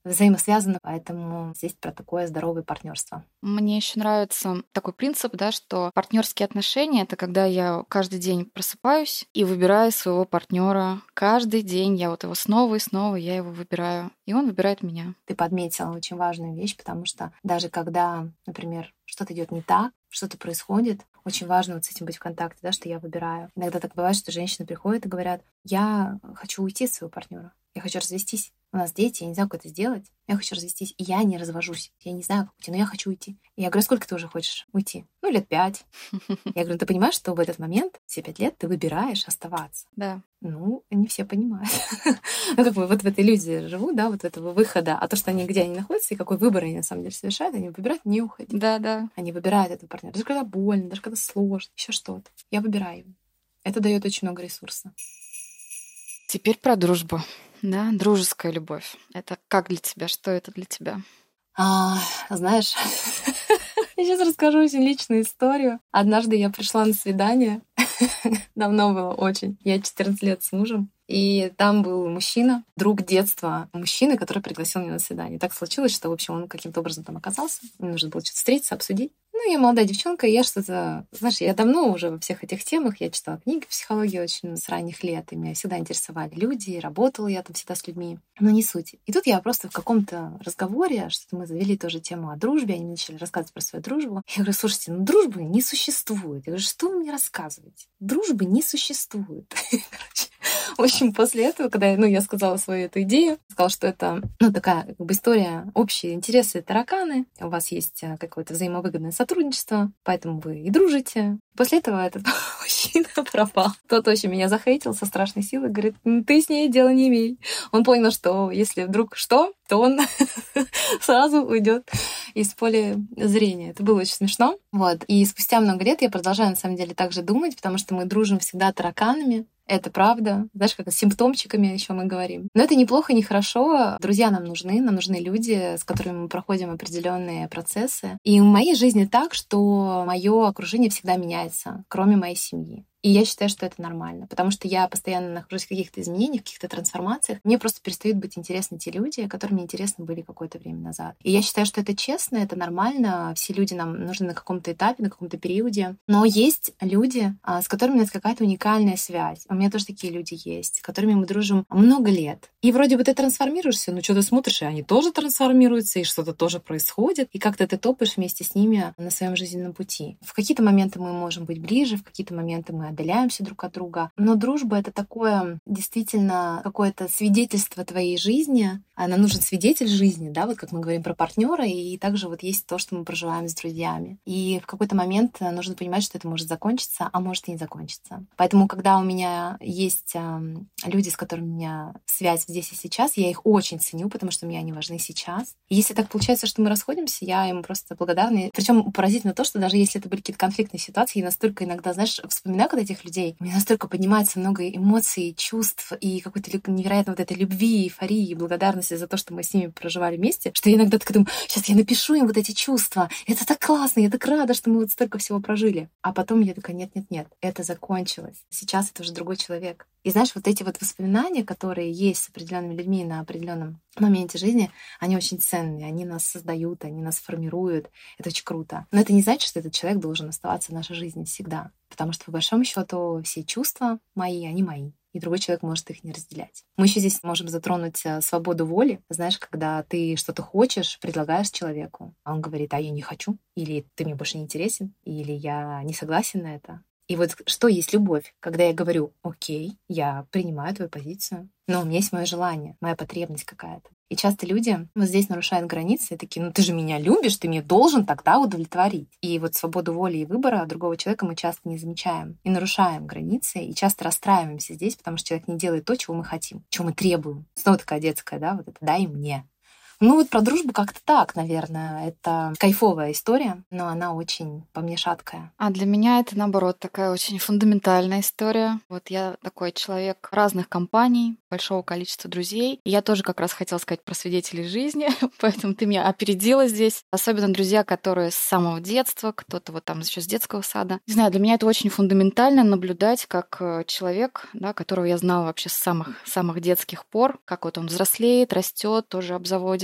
Speaker 2: взаимосвязано, поэтому здесь про такое здоровое партнерство.
Speaker 1: Мне еще нравится такой принцип, да, что партнерские отношения — это когда я каждый день просыпаюсь и выбираю своего партнера. Каждый день я вот его снова и снова я его выбираю, и он выбирает меня.
Speaker 2: Ты подметила очень важную вещь, потому что даже когда, например, что-то идет не так, что-то происходит, очень важно вот с этим быть в контакте, да, что я выбираю. Иногда так бывает, что женщины приходят и говорят: я хочу уйти от своего партнера, я хочу развестись. У нас дети, я не знаю, как это сделать. Я хочу развестись, и я не развожусь. Я не знаю, как уйти, но я хочу уйти. И я говорю: сколько ты уже хочешь уйти? Ну, 5 лет. Я говорю: ты понимаешь, что в этот момент, все 5 лет, ты выбираешь оставаться?
Speaker 1: Да.
Speaker 2: Ну, не все понимают. Ну, как бы вот в этой иллюзии живут, да, вот этого выхода. А то, что они где они находятся и какой выбор они на самом деле совершают, они выбирают не уходить.
Speaker 1: Да.
Speaker 2: Они выбирают этого партнера. Даже когда больно, даже когда сложно, еще что-то. Я выбираю его. Это дает очень много ресурса.
Speaker 1: Теперь про дружбу. Да, дружеская любовь. Это как для тебя? Что это для тебя?
Speaker 2: Знаешь, я сейчас расскажу очень личную историю. Однажды я пришла на свидание. Давно было очень. Я 14 лет с мужем. И там был мужчина, друг детства мужчины, который пригласил меня на свидание. Так случилось, что, в общем, он каким-то образом там оказался. Мне нужно было что-то встретиться, обсудить. Ну, я молодая девчонка, и я что-то... Знаешь, я давно уже во всех этих темах, я читала книги психологии очень с ранних лет, и меня всегда интересовали люди, и работала я там всегда с людьми. Но не суть. И тут я просто в каком-то разговоре, что-то мы завели тоже тему о дружбе, они начали рассказывать про свою дружбу. Я говорю: слушайте, ну дружбы не существует. Я говорю: что вы мне рассказываете? Дружбы не существует. Короче, в общем, после этого, когда я сказала свою эту идею, сказала, что это такая как бы история, общие интересы тараканы, у вас есть какое-то взаимовыгодное сотрудничество, поэтому вы и дружите. После этого этот мужчина пропал. Тот очень меня захейтил со страшной силой, говорит: ты с ней дела не имей. Он понял, что если вдруг что, то он сразу уйдет из поля зрения. Это было очень смешно. Вот. И спустя много лет я продолжаю, на самом деле, так же думать, потому что мы дружим всегда тараканами. Это правда. Знаешь, как с симптомчиками еще мы говорим. Но это неплохо, не хорошо. Друзья нам нужны люди, с которыми мы проходим определенные процессы. И в моей жизни так, что мое окружение всегда меняется, кроме моей семьи. И я считаю, что это нормально, потому что я постоянно нахожусь в каких-то изменениях, в каких-то трансформациях. Мне просто перестают быть интересны те люди, которые мне интересны были какое-то время назад. И я считаю, что это честно, это нормально. Все люди нам нужны на каком-то этапе, на каком-то периоде. Но есть люди, с которыми у нас какая-то уникальная связь. У меня тоже такие люди есть, с которыми мы дружим много лет. И вроде бы ты трансформируешься, но что-то смотришь, и они тоже трансформируются, и что-то тоже происходит. И как-то ты топаешь вместе с ними на своем жизненном пути. В какие-то моменты мы можем быть ближе, в какие-то моменты мы отдаляемся друг от друга. Но дружба — это такое действительно какое-то свидетельство твоей жизни. Нам нужен свидетель жизни, да, вот как мы говорим про партнера, и также вот есть то, что мы проживаем с друзьями. И в какой-то момент нужно понимать, что это может закончиться, а может и не закончиться. Поэтому, когда у меня есть люди, с которыми у меня связь здесь и сейчас, я их очень ценю, потому что мне они важны сейчас. И если так получается, что мы расходимся, я им просто благодарна. Причем поразительно то, что даже если это были какие-то конфликтные ситуации, я настолько иногда, знаешь, вспоминаю когда этих людей, у меня настолько поднимается много эмоций, чувств и какой-то невероятной вот этой любви, эйфории и благодарности за то, что мы с ними проживали вместе, что я иногда так думаю: сейчас я напишу им вот эти чувства. Это так классно, я так рада, что мы вот столько всего прожили. А потом я такая: нет, это закончилось. Сейчас это уже другой человек. И знаешь, вот эти вот воспоминания, которые есть с определенными людьми на определенном моменте жизни, они очень ценные, они нас создают, они нас формируют. Это очень круто. Но это не значит, что этот человек должен оставаться в нашей жизни всегда. Потому что, по большому счету, все чувства мои, они мои. И другой человек может их не разделять. Мы еще здесь можем затронуть свободу воли. Знаешь, когда ты что-то хочешь, предлагаешь человеку, а он говорит: а я не хочу, или ты мне больше не интересен, или я не согласен на это. И вот что есть любовь? Когда я говорю: окей, я принимаю твою позицию, но у меня есть мое желание, моя потребность какая-то. И часто люди вот здесь нарушают границы и такие: ну ты же меня любишь, ты мне должен тогда удовлетворить. И вот свободу воли и выбора другого человека мы часто не замечаем и нарушаем границы, и часто расстраиваемся здесь, потому что человек не делает то, чего мы хотим, чего мы требуем. Снова такая детская, да, вот это «дай мне». Ну вот про дружбу как-то так, наверное. Это кайфовая история, но она очень, по мне, шаткая.
Speaker 1: А для меня это, наоборот, такая очень фундаментальная история. Вот я такой человек разных компаний, большого количества друзей. И я тоже как раз хотела сказать про свидетелей жизни, поэтому ты меня опередила здесь. Особенно друзья, которые с самого детства, кто-то вот там еще с детского сада. Не знаю, для меня это очень фундаментально наблюдать, как человек, да, которого я знала вообще с самых детских пор, как вот он взрослеет, растет, тоже обзаводится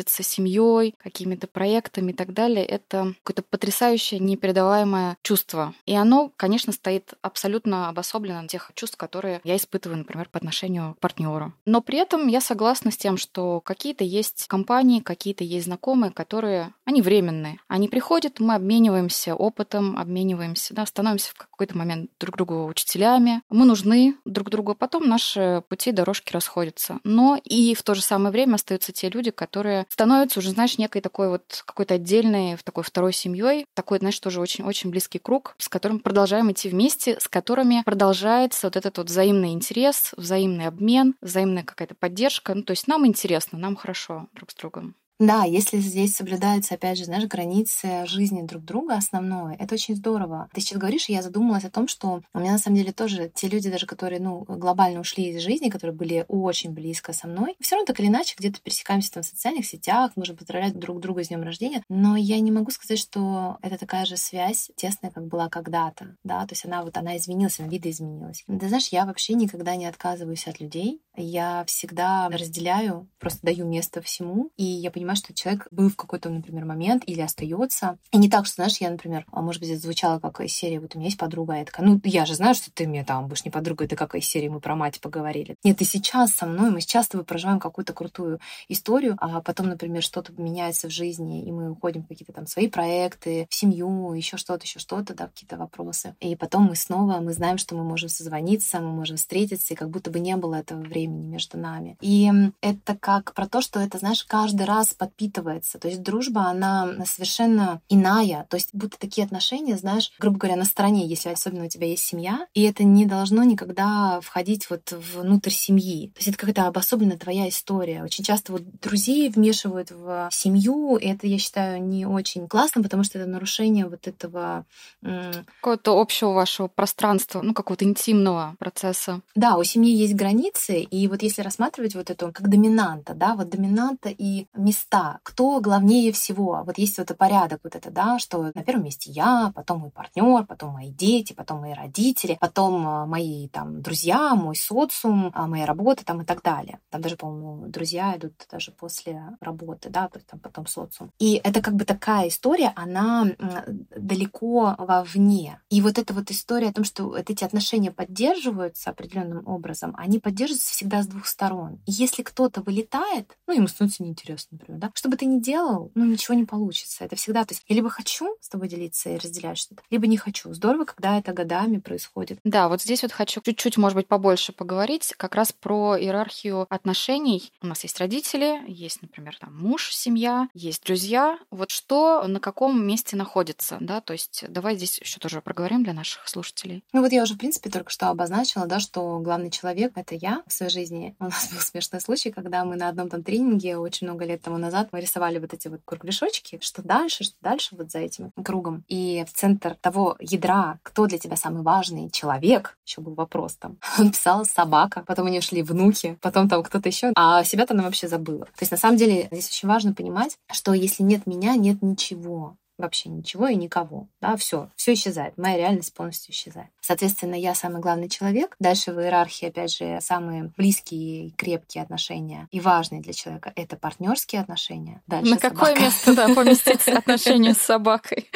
Speaker 1: выразиться семьей, какими-то проектами и так далее. Это какое-то потрясающее, непередаваемое чувство. И оно, конечно, стоит абсолютно обособленно от тех чувств, которые я испытываю, например, по отношению к партнеру. Но при этом я согласна с тем, что какие-то есть компании, какие-то есть знакомые, которые, они временные. Они приходят, мы обмениваемся опытом, обмениваемся, да, становимся в какой-то момент друг другу учителями. Мы нужны друг другу, а потом наши пути и дорожки расходятся. Но и в то же самое время остаются те люди, которые становятся уже, знаешь, некой такой вот какой-то отдельной, такой второй семьей, такой, знаешь, тоже очень-очень близкий круг, с которым продолжаем идти вместе, с которыми продолжается вот этот вот взаимный интерес, взаимный обмен, взаимная какая-то поддержка. Ну, то есть нам интересно, нам хорошо друг с другом.
Speaker 2: Да, если здесь соблюдаются, опять же, знаешь, границы жизни друг друга основное, это очень здорово. Ты сейчас говоришь, и я задумалась о том, что у меня на самом деле тоже те люди, даже которые, глобально ушли из жизни, которые были очень близко со мной, все равно так или иначе где-то пересекаемся там в социальных сетях, можем поздравлять друг друга с днем рождения, но я не могу сказать, что это такая же связь тесная, как была когда-то, да, то есть она изменилась, она видоизменилась. Ты знаешь, я вообще никогда не отказываюсь от людей, я всегда разделяю, просто даю место всему, и я понимаю, что человек был в какой-то, например, момент или остается. И не так, что, знаешь, я, например, может быть, это звучало как из серии, вот у меня есть подруга, а я такая, я же знаю, что ты мне там будешь не подругой, это как из серии мы про мать поговорили. Нет, ты сейчас со мной, мы сейчас с тобой проживаем какую-то крутую историю, а потом, например, что-то меняется в жизни, и мы уходим в какие-то там свои проекты, в семью, еще что-то, да, какие-то вопросы. И потом мы знаем, что мы можем созвониться, мы можем встретиться, и как будто бы не было этого времени между нами. И это как про то, что это, знаешь, каждый раз подпитывается. То есть дружба, она совершенно иная. То есть будто такие отношения, знаешь, грубо говоря, на стороне, если особенно у тебя есть семья, и это не должно никогда входить вот внутрь семьи. То есть это какая-то обособленная твоя история. Очень часто вот друзей вмешивают в семью, и это, я считаю, не очень классно, потому что это нарушение вот этого...
Speaker 1: Какого-то общего вашего пространства, какого-то интимного процесса.
Speaker 2: Да, у семьи есть границы, и вот если рассматривать вот эту как доминанта, да, вот доминанта и места, кто главнее всего. Вот есть вот порядок вот это, да, что на первом месте я, потом мой партнер, потом мои дети, потом мои родители, потом мои там друзья, мой социум, моя работа там и так далее. Там даже, по-моему, друзья идут даже после работы, да, то есть там потом социум. И это как бы такая история, она далеко вовне. И вот эта вот история о том, что вот эти отношения поддерживаются определенным образом, они поддерживаются всегда с двух сторон. И если кто-то вылетает, ему становится неинтересно, например, да, что бы ты ни делал, ничего не получится. Это всегда, то есть я либо хочу с тобой делиться и разделять что-то, либо не хочу. Здорово, когда это годами происходит.
Speaker 1: Да, вот здесь вот хочу чуть-чуть, может быть, побольше поговорить как раз про иерархию отношений. У нас есть родители, есть, например, там муж, семья, есть друзья. Вот что на каком месте находится, да, то есть давай здесь еще тоже проговорим для наших слушателей.
Speaker 2: Вот я уже, в принципе, только что обозначила, да, что главный человек — это я в своей жизни. У нас был смешной случай, когда мы на одном там тренинге очень много лет тому назад мы рисовали вот эти вот кругляшочки, что дальше вот за этим кругом. И в центр того ядра, кто для тебя самый важный человек, еще был вопрос там. Он писал собака, потом они шли внуки, потом там кто-то еще, а себя-то она вообще забыла. То есть на самом деле здесь очень важно понимать, что если нет меня, нет ничего. Вообще ничего и никого. Да, все исчезает. Моя реальность полностью исчезает. Соответственно, я самый главный человек. Дальше в иерархии, опять же, самые близкие и крепкие отношения и важные для человека — это партнерские отношения. Дальше
Speaker 1: на какое место, поместится отношения с собакой?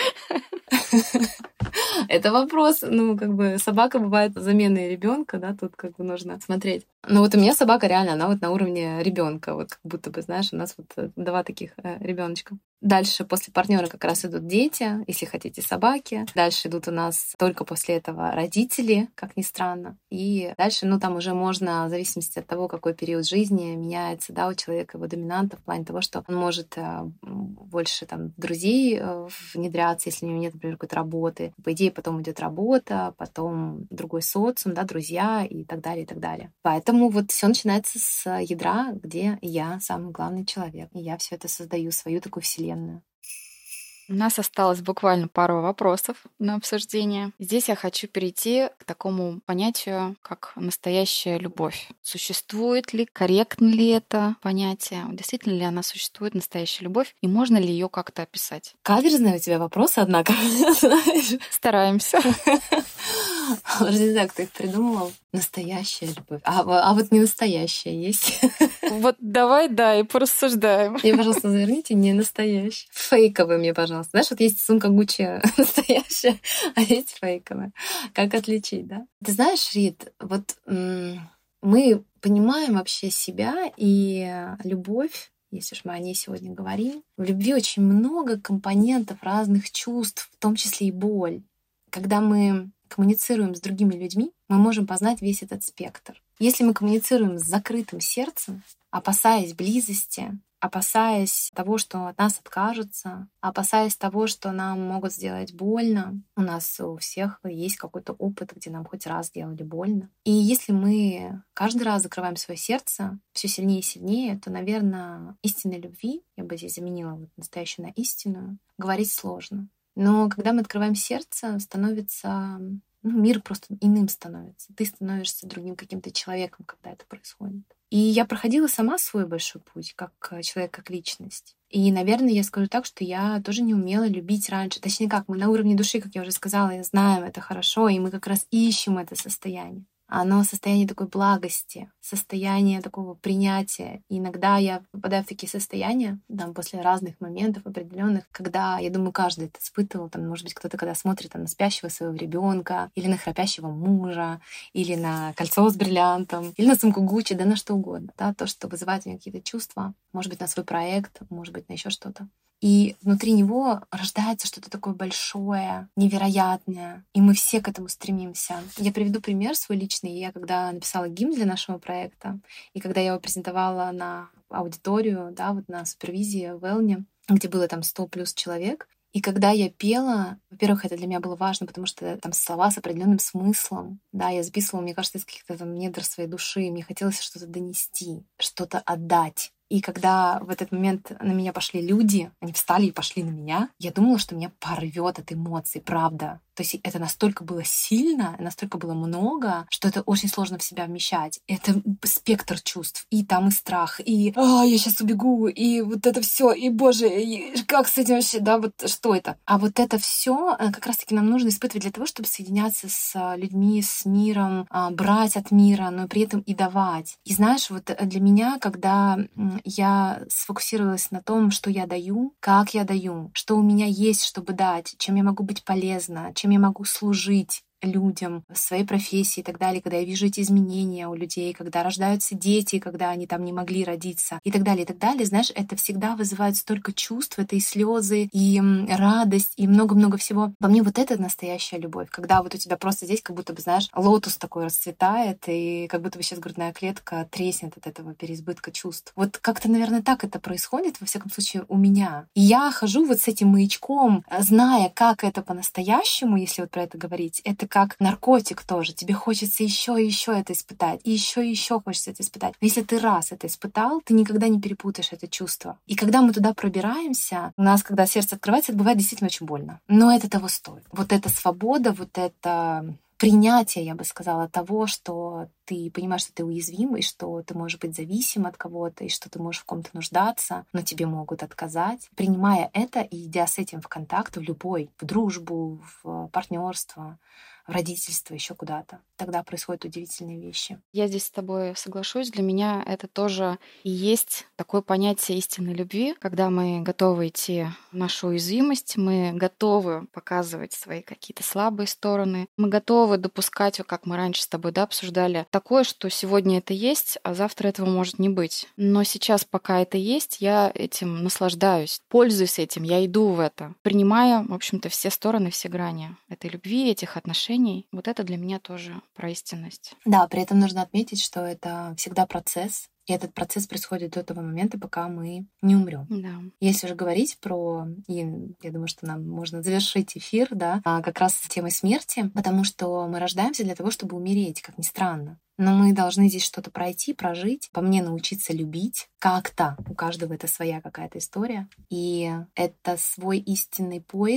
Speaker 2: Это вопрос. Собака бывает заменой ребенка, да, тут нужно смотреть. Но вот у меня собака реально, она вот на уровне ребенка, вот как будто бы, знаешь, у нас вот 2 таких ребеночка. Дальше после партнера как раз идут дети, если хотите, собаки. Дальше идут у нас только после этого родители, как ни странно. И дальше, там уже можно, в зависимости от того, какой период жизни меняется, да, у человека его доминанта в плане того, что он может больше там друзей внедряться, если у него нет, например, какой-то работы. По идее, потом идет работа, потом другой социум, да, друзья и так далее, и так далее. Поэтому вот все начинается с ядра, где я самый главный человек. И я все это создаю, свою такую вселенную.
Speaker 1: У нас осталось буквально пару вопросов на обсуждение. Здесь я хочу перейти к такому понятию, как настоящая любовь. Существует ли, корректно ли это понятие? Действительно ли она существует, настоящая любовь? И можно ли ее как-то описать?
Speaker 2: Каверзные у тебя вопросы, однако.
Speaker 1: Стараемся.
Speaker 2: Даже не знаю, кто их придумал. Настоящая любовь. А вот не настоящая есть.
Speaker 1: Вот давай, да, и порассуждаем.
Speaker 2: Мне, пожалуйста, заверните, не настоящая. Фейковая мне, пожалуйста. Знаешь, вот есть сумка Гуччи настоящая, а есть фейковая. Как отличить, да? Ты знаешь, Рит, вот мы понимаем вообще себя и любовь, если уж мы о ней сегодня говорим. В любви очень много компонентов разных чувств, в том числе и боль. Когда мы коммуницируем с другими людьми, мы можем познать весь этот спектр. Если мы коммуницируем с закрытым сердцем, опасаясь близости, опасаясь того, что от нас откажутся, опасаясь того, что нам могут сделать больно. У нас у всех есть какой-то опыт, где нам хоть раз делали больно. И если мы каждый раз закрываем свое сердце все сильнее и сильнее, то, наверное, истинной любви, я бы здесь заменила вот настоящую на истинную, говорить сложно. Но когда мы открываем сердце, становится мир просто иным становится. Ты становишься другим каким-то человеком, когда это происходит. И я проходила сама свой большой путь, как человек, как личность. И, наверное, я скажу так, что я тоже не умела любить раньше. Точнее, как мы на уровне души, как я уже сказала, знаем это хорошо, и мы как раз ищем это состояние. Оно состояние такой благости, состояние такого принятия. И иногда я попадаю в такие состояния, там, после разных моментов определенных, когда, я думаю, каждый это испытывал. Там, может быть, кто-то, когда смотрит там, на спящего своего ребенка, или на храпящего мужа, или на кольцо с бриллиантом, или на сумку Гуччи, да на что угодно. Да? То, что вызывает у меня какие-то чувства, может быть, на свой проект, может быть, на еще что-то. И внутри него рождается что-то такое большое, невероятное, и мы все к этому стремимся. Я приведу пример свой личный. Я когда написала гимн для нашего проекта, и когда я его презентовала на аудиторию, да, вот на супервизии в Элне, где было там 100 плюс человек, и когда я пела, во-первых, это для меня было важно, потому что там слова с определенным смыслом. Да, я записывала, мне кажется, из каких-то там недр своей души. Мне хотелось что-то донести, что-то отдать. И когда в этот момент на меня пошли люди, они встали и пошли на меня, я думала, что меня порвет от эмоций, правда. То есть это настолько было сильно, настолько было много, что это очень сложно в себя вмещать. Это спектр чувств. И там и страх, и я сейчас убегу, и вот это все, и боже, и как с этим вообще, да, вот что это? А вот это все как раз-таки нам нужно испытывать для того, чтобы соединяться с людьми, с миром, брать от мира, но при этом и давать. И знаешь, вот для меня, когда я сфокусировалась на том, что я даю, как я даю, что у меня есть, чтобы дать, чем я могу быть полезна, чем я могу служить людям в своей профессии и так далее, когда я вижу эти изменения у людей, когда рождаются дети, когда они там не могли родиться и так далее, знаешь, это всегда вызывает столько чувств, это и слезы, и радость, и много-много всего. Во мне вот это настоящая любовь, когда вот у тебя просто здесь как будто бы, знаешь, лотос такой расцветает, и как будто бы сейчас грудная клетка треснет от этого переизбытка чувств. Вот как-то, наверное, так это происходит, во всяком случае, у меня. И я хожу вот с этим маячком, зная, как это по-настоящему, если вот про это говорить, это как наркотик тоже. Тебе хочется еще и еще это испытать. И еще хочется это испытать. Но если ты раз это испытал, ты никогда не перепутаешь это чувство. И когда мы туда пробираемся, у нас, когда сердце открывается, это бывает действительно очень больно. Но это того стоит. Вот эта свобода, вот это принятие, я бы сказала, того, что ты понимаешь, что ты уязвим, и что ты можешь быть зависим от кого-то, и что ты можешь в ком-то нуждаться, но тебе могут отказать. Принимая это и идя с этим в контакт, в любой, в дружбу, в партнерство, в родительство, еще куда-то. Тогда происходят удивительные вещи.
Speaker 1: Я здесь с тобой соглашусь. Для меня это тоже и есть такое понятие истинной любви, когда мы готовы идти в нашу уязвимость, мы готовы показывать свои какие-то слабые стороны, мы готовы допускать, как мы раньше с тобой обсуждали, такое, что сегодня это есть, а завтра этого может не быть. Но сейчас, пока это есть, я этим наслаждаюсь, пользуюсь этим, я иду в это, принимая, в общем-то, все стороны, все грани этой любви, этих отношений. Вот это для меня тоже про истинность.
Speaker 2: Да, при этом нужно отметить, что это всегда процесс, и этот процесс происходит до того момента, пока мы не умрем.
Speaker 1: Да.
Speaker 2: Если же говорить про, и я думаю, что нам можно завершить эфир, да, как раз с темой смерти, потому что мы рождаемся для того, чтобы умереть, как ни странно. Но мы должны здесь что-то пройти, прожить, по мне научиться любить как-то. У каждого это своя какая-то история. И это свой истинный поиск,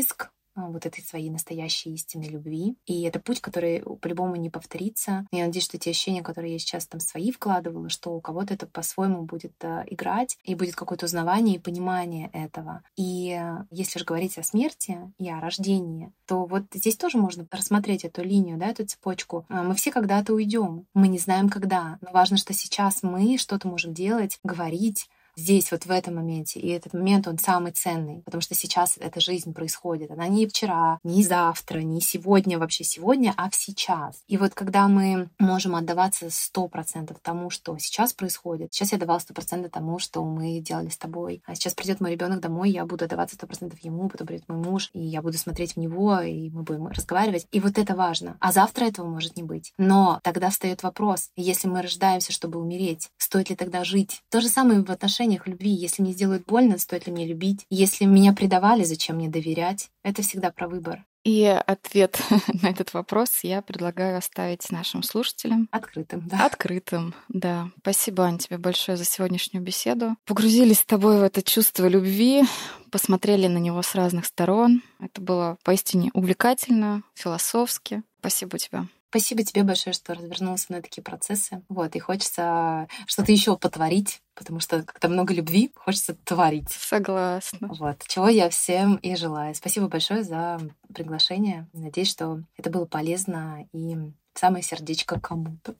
Speaker 2: вот этой своей настоящей истинной любви. И это путь, который по-любому не повторится. Я надеюсь, что те ощущения, которые я сейчас там свои вкладывала, что у кого-то это по-своему будет играть, и будет какое-то узнавание и понимание этого. И если же говорить о смерти и о рождении, то вот здесь тоже можно рассмотреть эту линию, да, эту цепочку. Мы все когда-то уйдем, мы не знаем когда, но важно, что сейчас мы что-то можем делать, говорить, здесь, вот в этом моменте. И этот момент, он самый ценный, потому что сейчас эта жизнь происходит. Она не вчера, не завтра, не сегодня, вообще сегодня, а в сейчас. И вот когда мы можем отдаваться 100% тому, что сейчас происходит, сейчас я давала 100% тому, что мы делали с тобой, а сейчас придет мой ребенок домой, я буду отдаваться 100% ему, потом придет мой муж, и я буду смотреть в него, и мы будем разговаривать. И вот это важно. А завтра этого может не быть. Но тогда встает вопрос, если мы рождаемся, чтобы умереть, стоит ли тогда жить? То же самое в отношениях в любви. Если мне сделают больно, стоит ли мне любить? Если меня предавали, зачем мне доверять? Это всегда про выбор.
Speaker 1: И ответ на этот вопрос я предлагаю оставить нашим слушателям.
Speaker 2: Открытым, да.
Speaker 1: Открытым, да. Спасибо, Ань, тебе большое за сегодняшнюю беседу. Погрузились с тобой в это чувство любви, посмотрели на него с разных сторон. Это было поистине увлекательно, философски. Спасибо тебе.
Speaker 2: Спасибо тебе большое, что развернулся на такие процессы. Вот, и хочется что-то еще потворить, потому что когда много любви, хочется творить.
Speaker 1: Согласна.
Speaker 2: Вот, чего я всем и желаю. Спасибо большое за приглашение. Надеюсь, что это было полезно и в самое сердечко кому-то.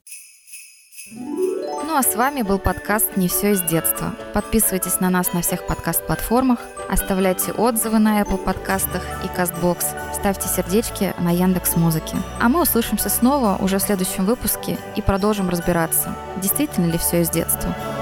Speaker 1: Ну а с вами был подкаст «Не все из детства». Подписывайтесь на нас на всех подкаст-платформах, оставляйте отзывы на Apple подкастах и CastBox, ставьте сердечки на Яндекс.Музыке. А мы услышимся снова уже в следующем выпуске и продолжим разбираться, действительно ли все из детства.